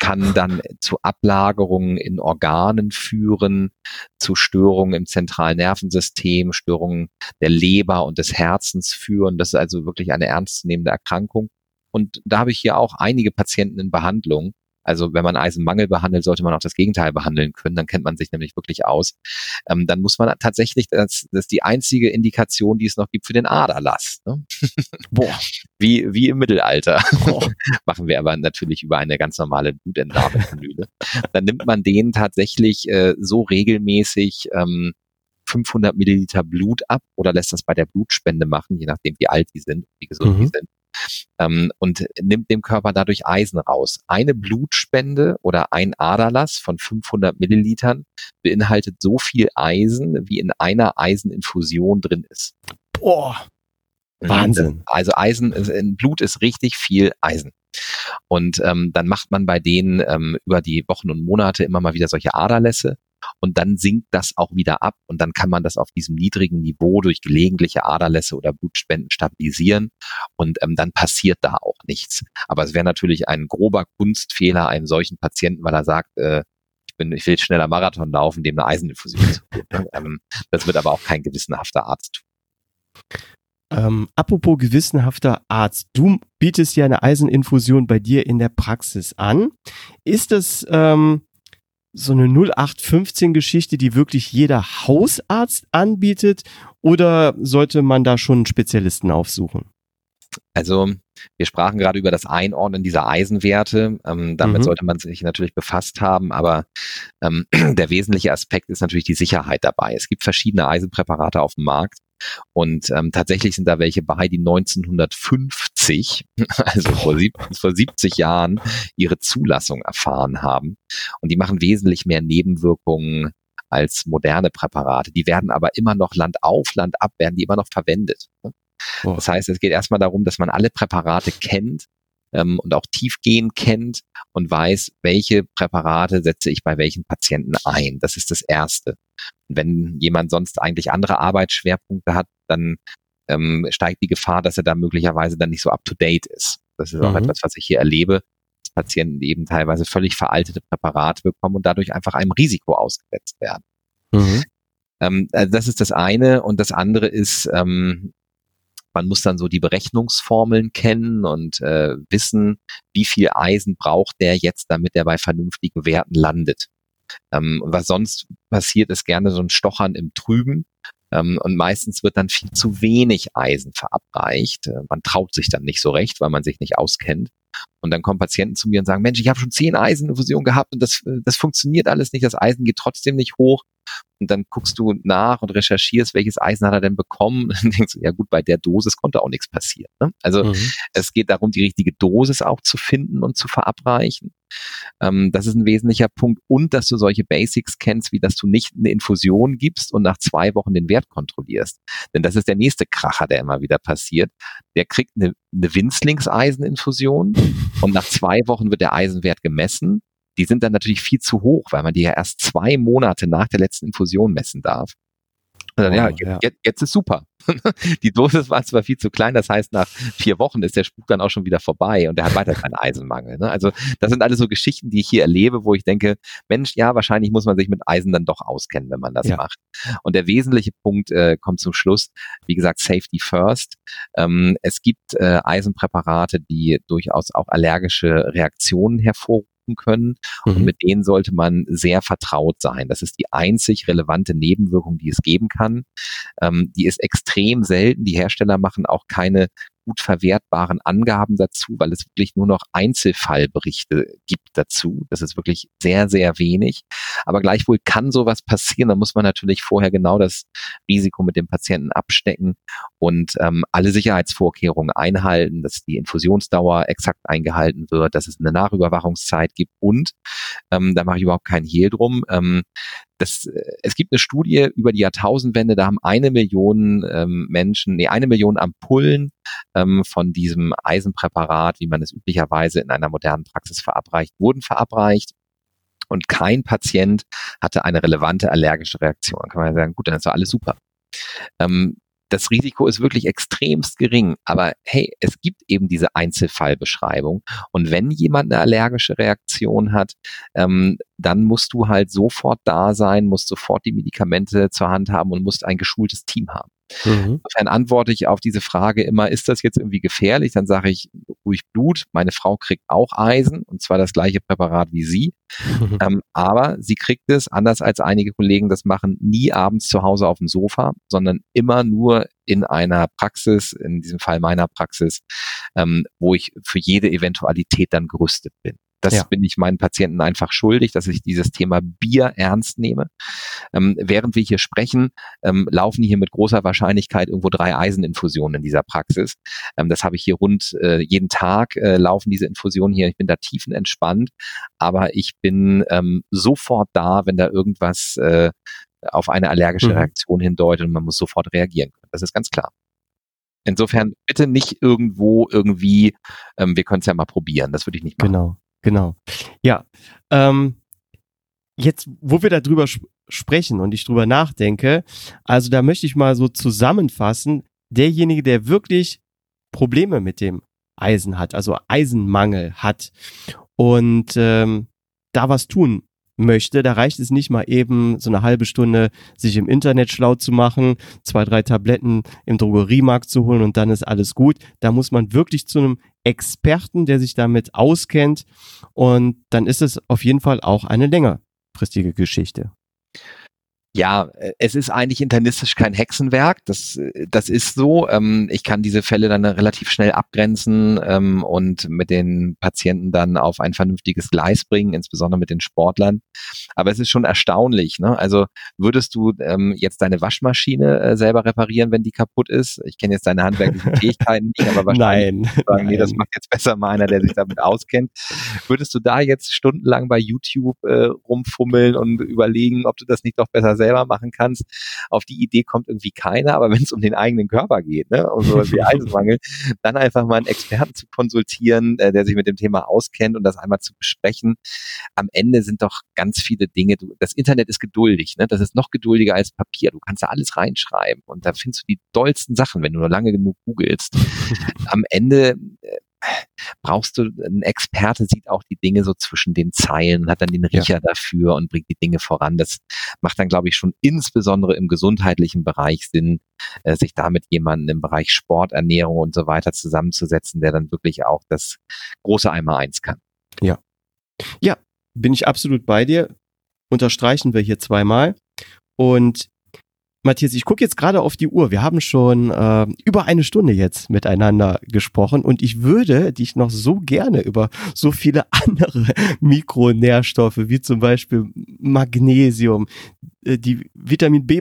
kann dann zu Ablagerungen in Organen führen, zu Störungen im zentralen Nervensystem, Störungen der Leber und des Herzens führen. Das ist also wirklich eine ernstzunehmende Erkrankung. Und da habe ich hier auch einige Patienten in Behandlung. Also wenn man Eisenmangel behandelt, sollte man auch das Gegenteil behandeln können. Dann kennt man sich nämlich wirklich aus. Dann muss man tatsächlich, das ist die einzige Indikation, die es noch gibt, für den Aderlass. Ne? Boah. Wie im Mittelalter. Machen wir aber natürlich über eine ganz normale Blutentnahmekanüle. Dann nimmt man den tatsächlich so regelmäßig 500 Milliliter Blut ab oder lässt das bei der Blutspende machen, je nachdem wie alt die sind, wie gesund die sind. Und nimmt dem Körper dadurch Eisen raus. Eine Blutspende oder ein Aderlass von 500 Millilitern beinhaltet so viel Eisen, wie in einer Eiseninfusion drin ist. Boah, Wahnsinn. Also Eisen, in Blut ist richtig viel Eisen. Und dann macht man bei denen über die Wochen und Monate immer mal wieder solche Aderlässe. Und dann sinkt das auch wieder ab und dann kann man das auf diesem niedrigen Niveau durch gelegentliche Aderlässe oder Blutspenden stabilisieren und dann passiert da auch nichts. Aber es wäre natürlich ein grober Kunstfehler einem solchen Patienten, weil er sagt, ich will schneller Marathon laufen, dem eine Eiseninfusion zu geben. Das wird aber auch kein gewissenhafter Arzt tun. Apropos gewissenhafter Arzt, du bietest ja eine Eiseninfusion bei dir in der Praxis an. Ist das so eine 0815-Geschichte, die wirklich jeder Hausarzt anbietet, oder sollte man da schon einen Spezialisten aufsuchen? Also wir sprachen gerade über das Einordnen dieser Eisenwerte. Damit sollte man sich natürlich befasst haben, aber der wesentliche Aspekt ist natürlich die Sicherheit dabei. Es gibt verschiedene Eisenpräparate auf dem Markt. Und tatsächlich sind da welche bei, die 1950, also vor 70 Jahren, ihre Zulassung erfahren haben. Und die machen wesentlich mehr Nebenwirkungen als moderne Präparate. Die werden aber immer noch Land auf, Land ab, werden die immer noch verwendet. Das heißt, es geht erstmal darum, dass man alle Präparate kennt und auch tiefgehend kennt und weiß, welche Präparate setze ich bei welchen Patienten ein. Das ist das Erste. Und wenn jemand sonst eigentlich andere Arbeitsschwerpunkte hat, dann steigt die Gefahr, dass er da möglicherweise dann nicht so up-to-date ist. Das ist auch etwas, was ich hier erlebe, dass Patienten eben teilweise völlig veraltete Präparate bekommen und dadurch einfach einem Risiko ausgesetzt werden. Also das ist das eine. Und das andere ist, man muss dann so die Berechnungsformeln kennen und wissen, wie viel Eisen braucht der jetzt, damit er bei vernünftigen Werten landet. Und was sonst passiert, ist gerne so ein Stochern im Trüben. Und meistens wird dann viel zu wenig Eisen verabreicht. Man traut sich dann nicht so recht, weil man sich nicht auskennt. Und dann kommen Patienten zu mir und sagen, Mensch, ich habe schon 10 Eiseninfusionen gehabt und das funktioniert alles nicht. Das Eisen geht trotzdem nicht hoch. Und dann guckst du nach und recherchierst, welches Eisen hat er denn bekommen. Und denkst du, ja gut, bei der Dosis konnte auch nichts passieren. Ne? Also es geht darum, die richtige Dosis auch zu finden und zu verabreichen. Das ist ein wesentlicher Punkt. Und dass du solche Basics kennst, wie dass du nicht eine Infusion gibst und nach 2 Wochen den Wert kontrollierst. Denn das ist der nächste Kracher, der immer wieder passiert. Der kriegt eine Winzlingseiseninfusion und nach 2 Wochen wird der Eisenwert gemessen. Die sind dann natürlich viel zu hoch, weil man die ja erst 2 Monate nach der letzten Infusion messen darf. Und dann, jetzt ist super. Die Dosis war zwar viel zu klein, das heißt, nach 4 Wochen ist der Spuk dann auch schon wieder vorbei und er hat weiter keinen Eisenmangel. Ne? Also das sind alles so Geschichten, die ich hier erlebe, wo ich denke, Mensch, ja, wahrscheinlich muss man sich mit Eisen dann doch auskennen, wenn man das macht. Und der wesentliche Punkt kommt zum Schluss, wie gesagt, Safety First. Es gibt Eisenpräparate, die durchaus auch allergische Reaktionen hervorrufen können und mit denen sollte man sehr vertraut sein. Das ist die einzig relevante Nebenwirkung, die es geben kann. Die ist extrem selten. Die Hersteller machen auch keine gut verwertbaren Angaben dazu, weil es wirklich nur noch Einzelfallberichte gibt dazu. Das ist wirklich sehr, sehr wenig. Aber gleichwohl kann sowas passieren. Da muss man natürlich vorher genau das Risiko mit dem Patienten abstecken und alle Sicherheitsvorkehrungen einhalten, dass die Infusionsdauer exakt eingehalten wird, dass es eine Nachüberwachungszeit gibt und, da mache ich überhaupt keinen Hehl drum, es gibt eine Studie über die Jahrtausendwende, da haben 1 Million Menschen, 1 Million Ampullen von diesem Eisenpräparat, wie man es üblicherweise in einer modernen Praxis verabreicht, wurden verabreicht. Und kein Patient hatte eine relevante allergische Reaktion. Dann kann man sagen, gut, dann ist doch alles super. das Risiko ist wirklich extremst gering. Aber hey, es gibt eben diese Einzelfallbeschreibung. Und wenn jemand eine allergische Reaktion hat, dann musst du halt sofort da sein, musst sofort die Medikamente zur Hand haben und musst ein geschultes Team haben. Insofern antworte ich auf diese Frage immer, ist das jetzt irgendwie gefährlich? Dann sage ich, ruhig Blut. Meine Frau kriegt auch Eisen, und zwar das gleiche Präparat wie sie. Aber sie kriegt es, anders als einige Kollegen das machen, nie abends zu Hause auf dem Sofa, sondern immer nur in einer Praxis, in diesem Fall meiner Praxis, wo ich für jede Eventualität dann gerüstet bin. Das bin ich meinen Patienten einfach schuldig, dass ich dieses Thema Bier ernst nehme. Während wir hier sprechen, laufen hier mit großer Wahrscheinlichkeit irgendwo 3 Eiseninfusionen in dieser Praxis. Das habe ich hier rund jeden Tag laufen diese Infusionen hier. Ich bin da tiefenentspannt, aber ich bin sofort da, wenn da irgendwas auf eine allergische Reaktion hindeutet und man muss sofort reagieren können. Das ist ganz klar. Insofern bitte nicht irgendwo irgendwie, wir können es ja mal probieren, das würde ich nicht machen. Genau. Ja, jetzt, wo wir darüber sprechen und ich drüber nachdenke, also da möchte ich mal so zusammenfassen, derjenige, der wirklich Probleme mit dem Eisen hat, also Eisenmangel hat und da was tun möchte, da reicht es nicht mal eben so eine halbe Stunde sich im Internet schlau zu machen, 2, 3 Tabletten im Drogeriemarkt zu holen und dann ist alles gut. Da muss man wirklich zu einem Experten, der sich damit auskennt, und dann ist es auf jeden Fall auch eine längerfristige Geschichte. Ja, es ist eigentlich internistisch kein Hexenwerk, das ist so. Ich kann diese Fälle dann relativ schnell abgrenzen und mit den Patienten dann auf ein vernünftiges Gleis bringen, insbesondere mit den Sportlern. Aber es ist schon erstaunlich, ne? Also würdest du jetzt deine Waschmaschine selber reparieren, wenn die kaputt ist? Ich kenne jetzt deine handwerklichen Fähigkeiten nicht, aber wahrscheinlich sagen, nee, das macht jetzt besser mal einer, der sich damit auskennt. Würdest du da jetzt stundenlang bei YouTube rumfummeln und überlegen, ob du das nicht doch besser selber machen kannst? Auf die Idee kommt irgendwie keiner, aber wenn es um den eigenen Körper geht, ne, um sowas wie Eisenmangel, dann einfach mal einen Experten zu konsultieren, der sich mit dem Thema auskennt und das einmal zu besprechen. Am Ende sind doch ganz viele Dinge, das Internet ist geduldig, ne, das ist noch geduldiger als Papier, du kannst da alles reinschreiben und da findest du die dollsten Sachen, wenn du nur lange genug googelst. Am Ende brauchst du, ein Experte sieht auch die Dinge so zwischen den Zeilen, hat dann den Riecher dafür und bringt die Dinge voran. Das macht dann, glaube ich, schon insbesondere im gesundheitlichen Bereich Sinn, sich da mit jemandem im Bereich Sport, Ernährung und so weiter zusammenzusetzen, der dann wirklich auch das große Einmaleins kann. Ja, bin ich absolut bei dir. Unterstreichen wir hier zweimal. Und Matthias, ich gucke jetzt gerade auf die Uhr. Wir haben schon über 1 Stunde jetzt miteinander gesprochen und ich würde dich noch so gerne über so viele andere Mikronährstoffe, wie zum Beispiel Magnesium, die Vitamin B,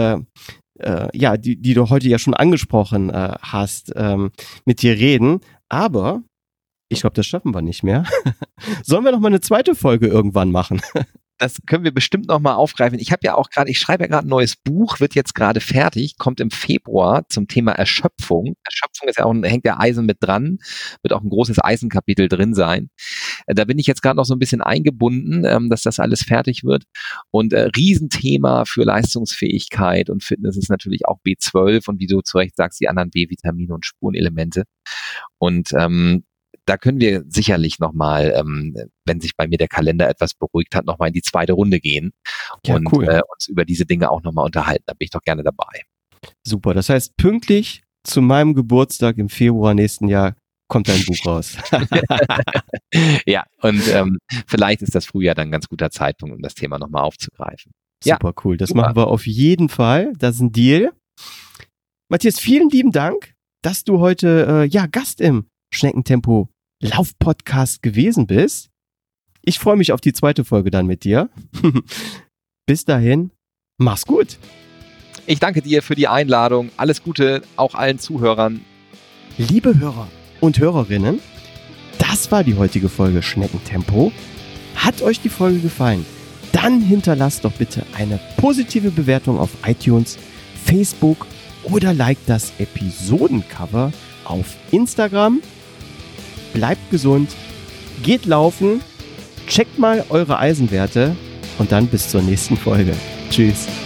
die du heute ja schon angesprochen hast, mit dir reden. Aber ich glaube, das schaffen wir nicht mehr. Sollen wir noch mal eine zweite Folge irgendwann machen? Das können wir bestimmt nochmal aufgreifen. Ich schreibe ja gerade ein neues Buch, wird jetzt gerade fertig, kommt im Februar zum Thema Erschöpfung. Erschöpfung ist ja auch, hängt der Eisen mit dran, wird auch ein großes Eisenkapitel drin sein. Da bin ich jetzt gerade noch so ein bisschen eingebunden, dass das alles fertig wird. Und Riesenthema für Leistungsfähigkeit und Fitness ist natürlich auch B12 und wie du zu Recht sagst, die anderen B-Vitamine und Spurenelemente. Und da können wir sicherlich nochmal, wenn sich bei mir der Kalender etwas beruhigt hat, nochmal in die zweite Runde gehen und uns über diese Dinge auch nochmal unterhalten. Da bin ich doch gerne dabei. Super, das heißt, pünktlich zu meinem Geburtstag im Februar nächsten Jahr kommt dein Buch raus. Ja, und vielleicht ist das Frühjahr dann ein ganz guter Zeitpunkt, um das Thema nochmal aufzugreifen. Super cool, das machen wir auf jeden Fall. Das ist ein Deal. Matthias, vielen lieben Dank, dass du heute Gast im Schneckentempo Lauf-Podcast gewesen bist. Ich freue mich auf die zweite Folge dann mit dir. Bis dahin, mach's gut. Ich danke dir für die Einladung. Alles Gute auch allen Zuhörern. Liebe Hörer und Hörerinnen, das war die heutige Folge Schneckentempo. Hat euch die Folge gefallen? Dann hinterlasst doch bitte eine positive Bewertung auf iTunes, Facebook oder liked das Episodencover auf Instagram. Bleibt gesund, geht laufen, checkt mal eure Eisenwerte und dann bis zur nächsten Folge. Tschüss.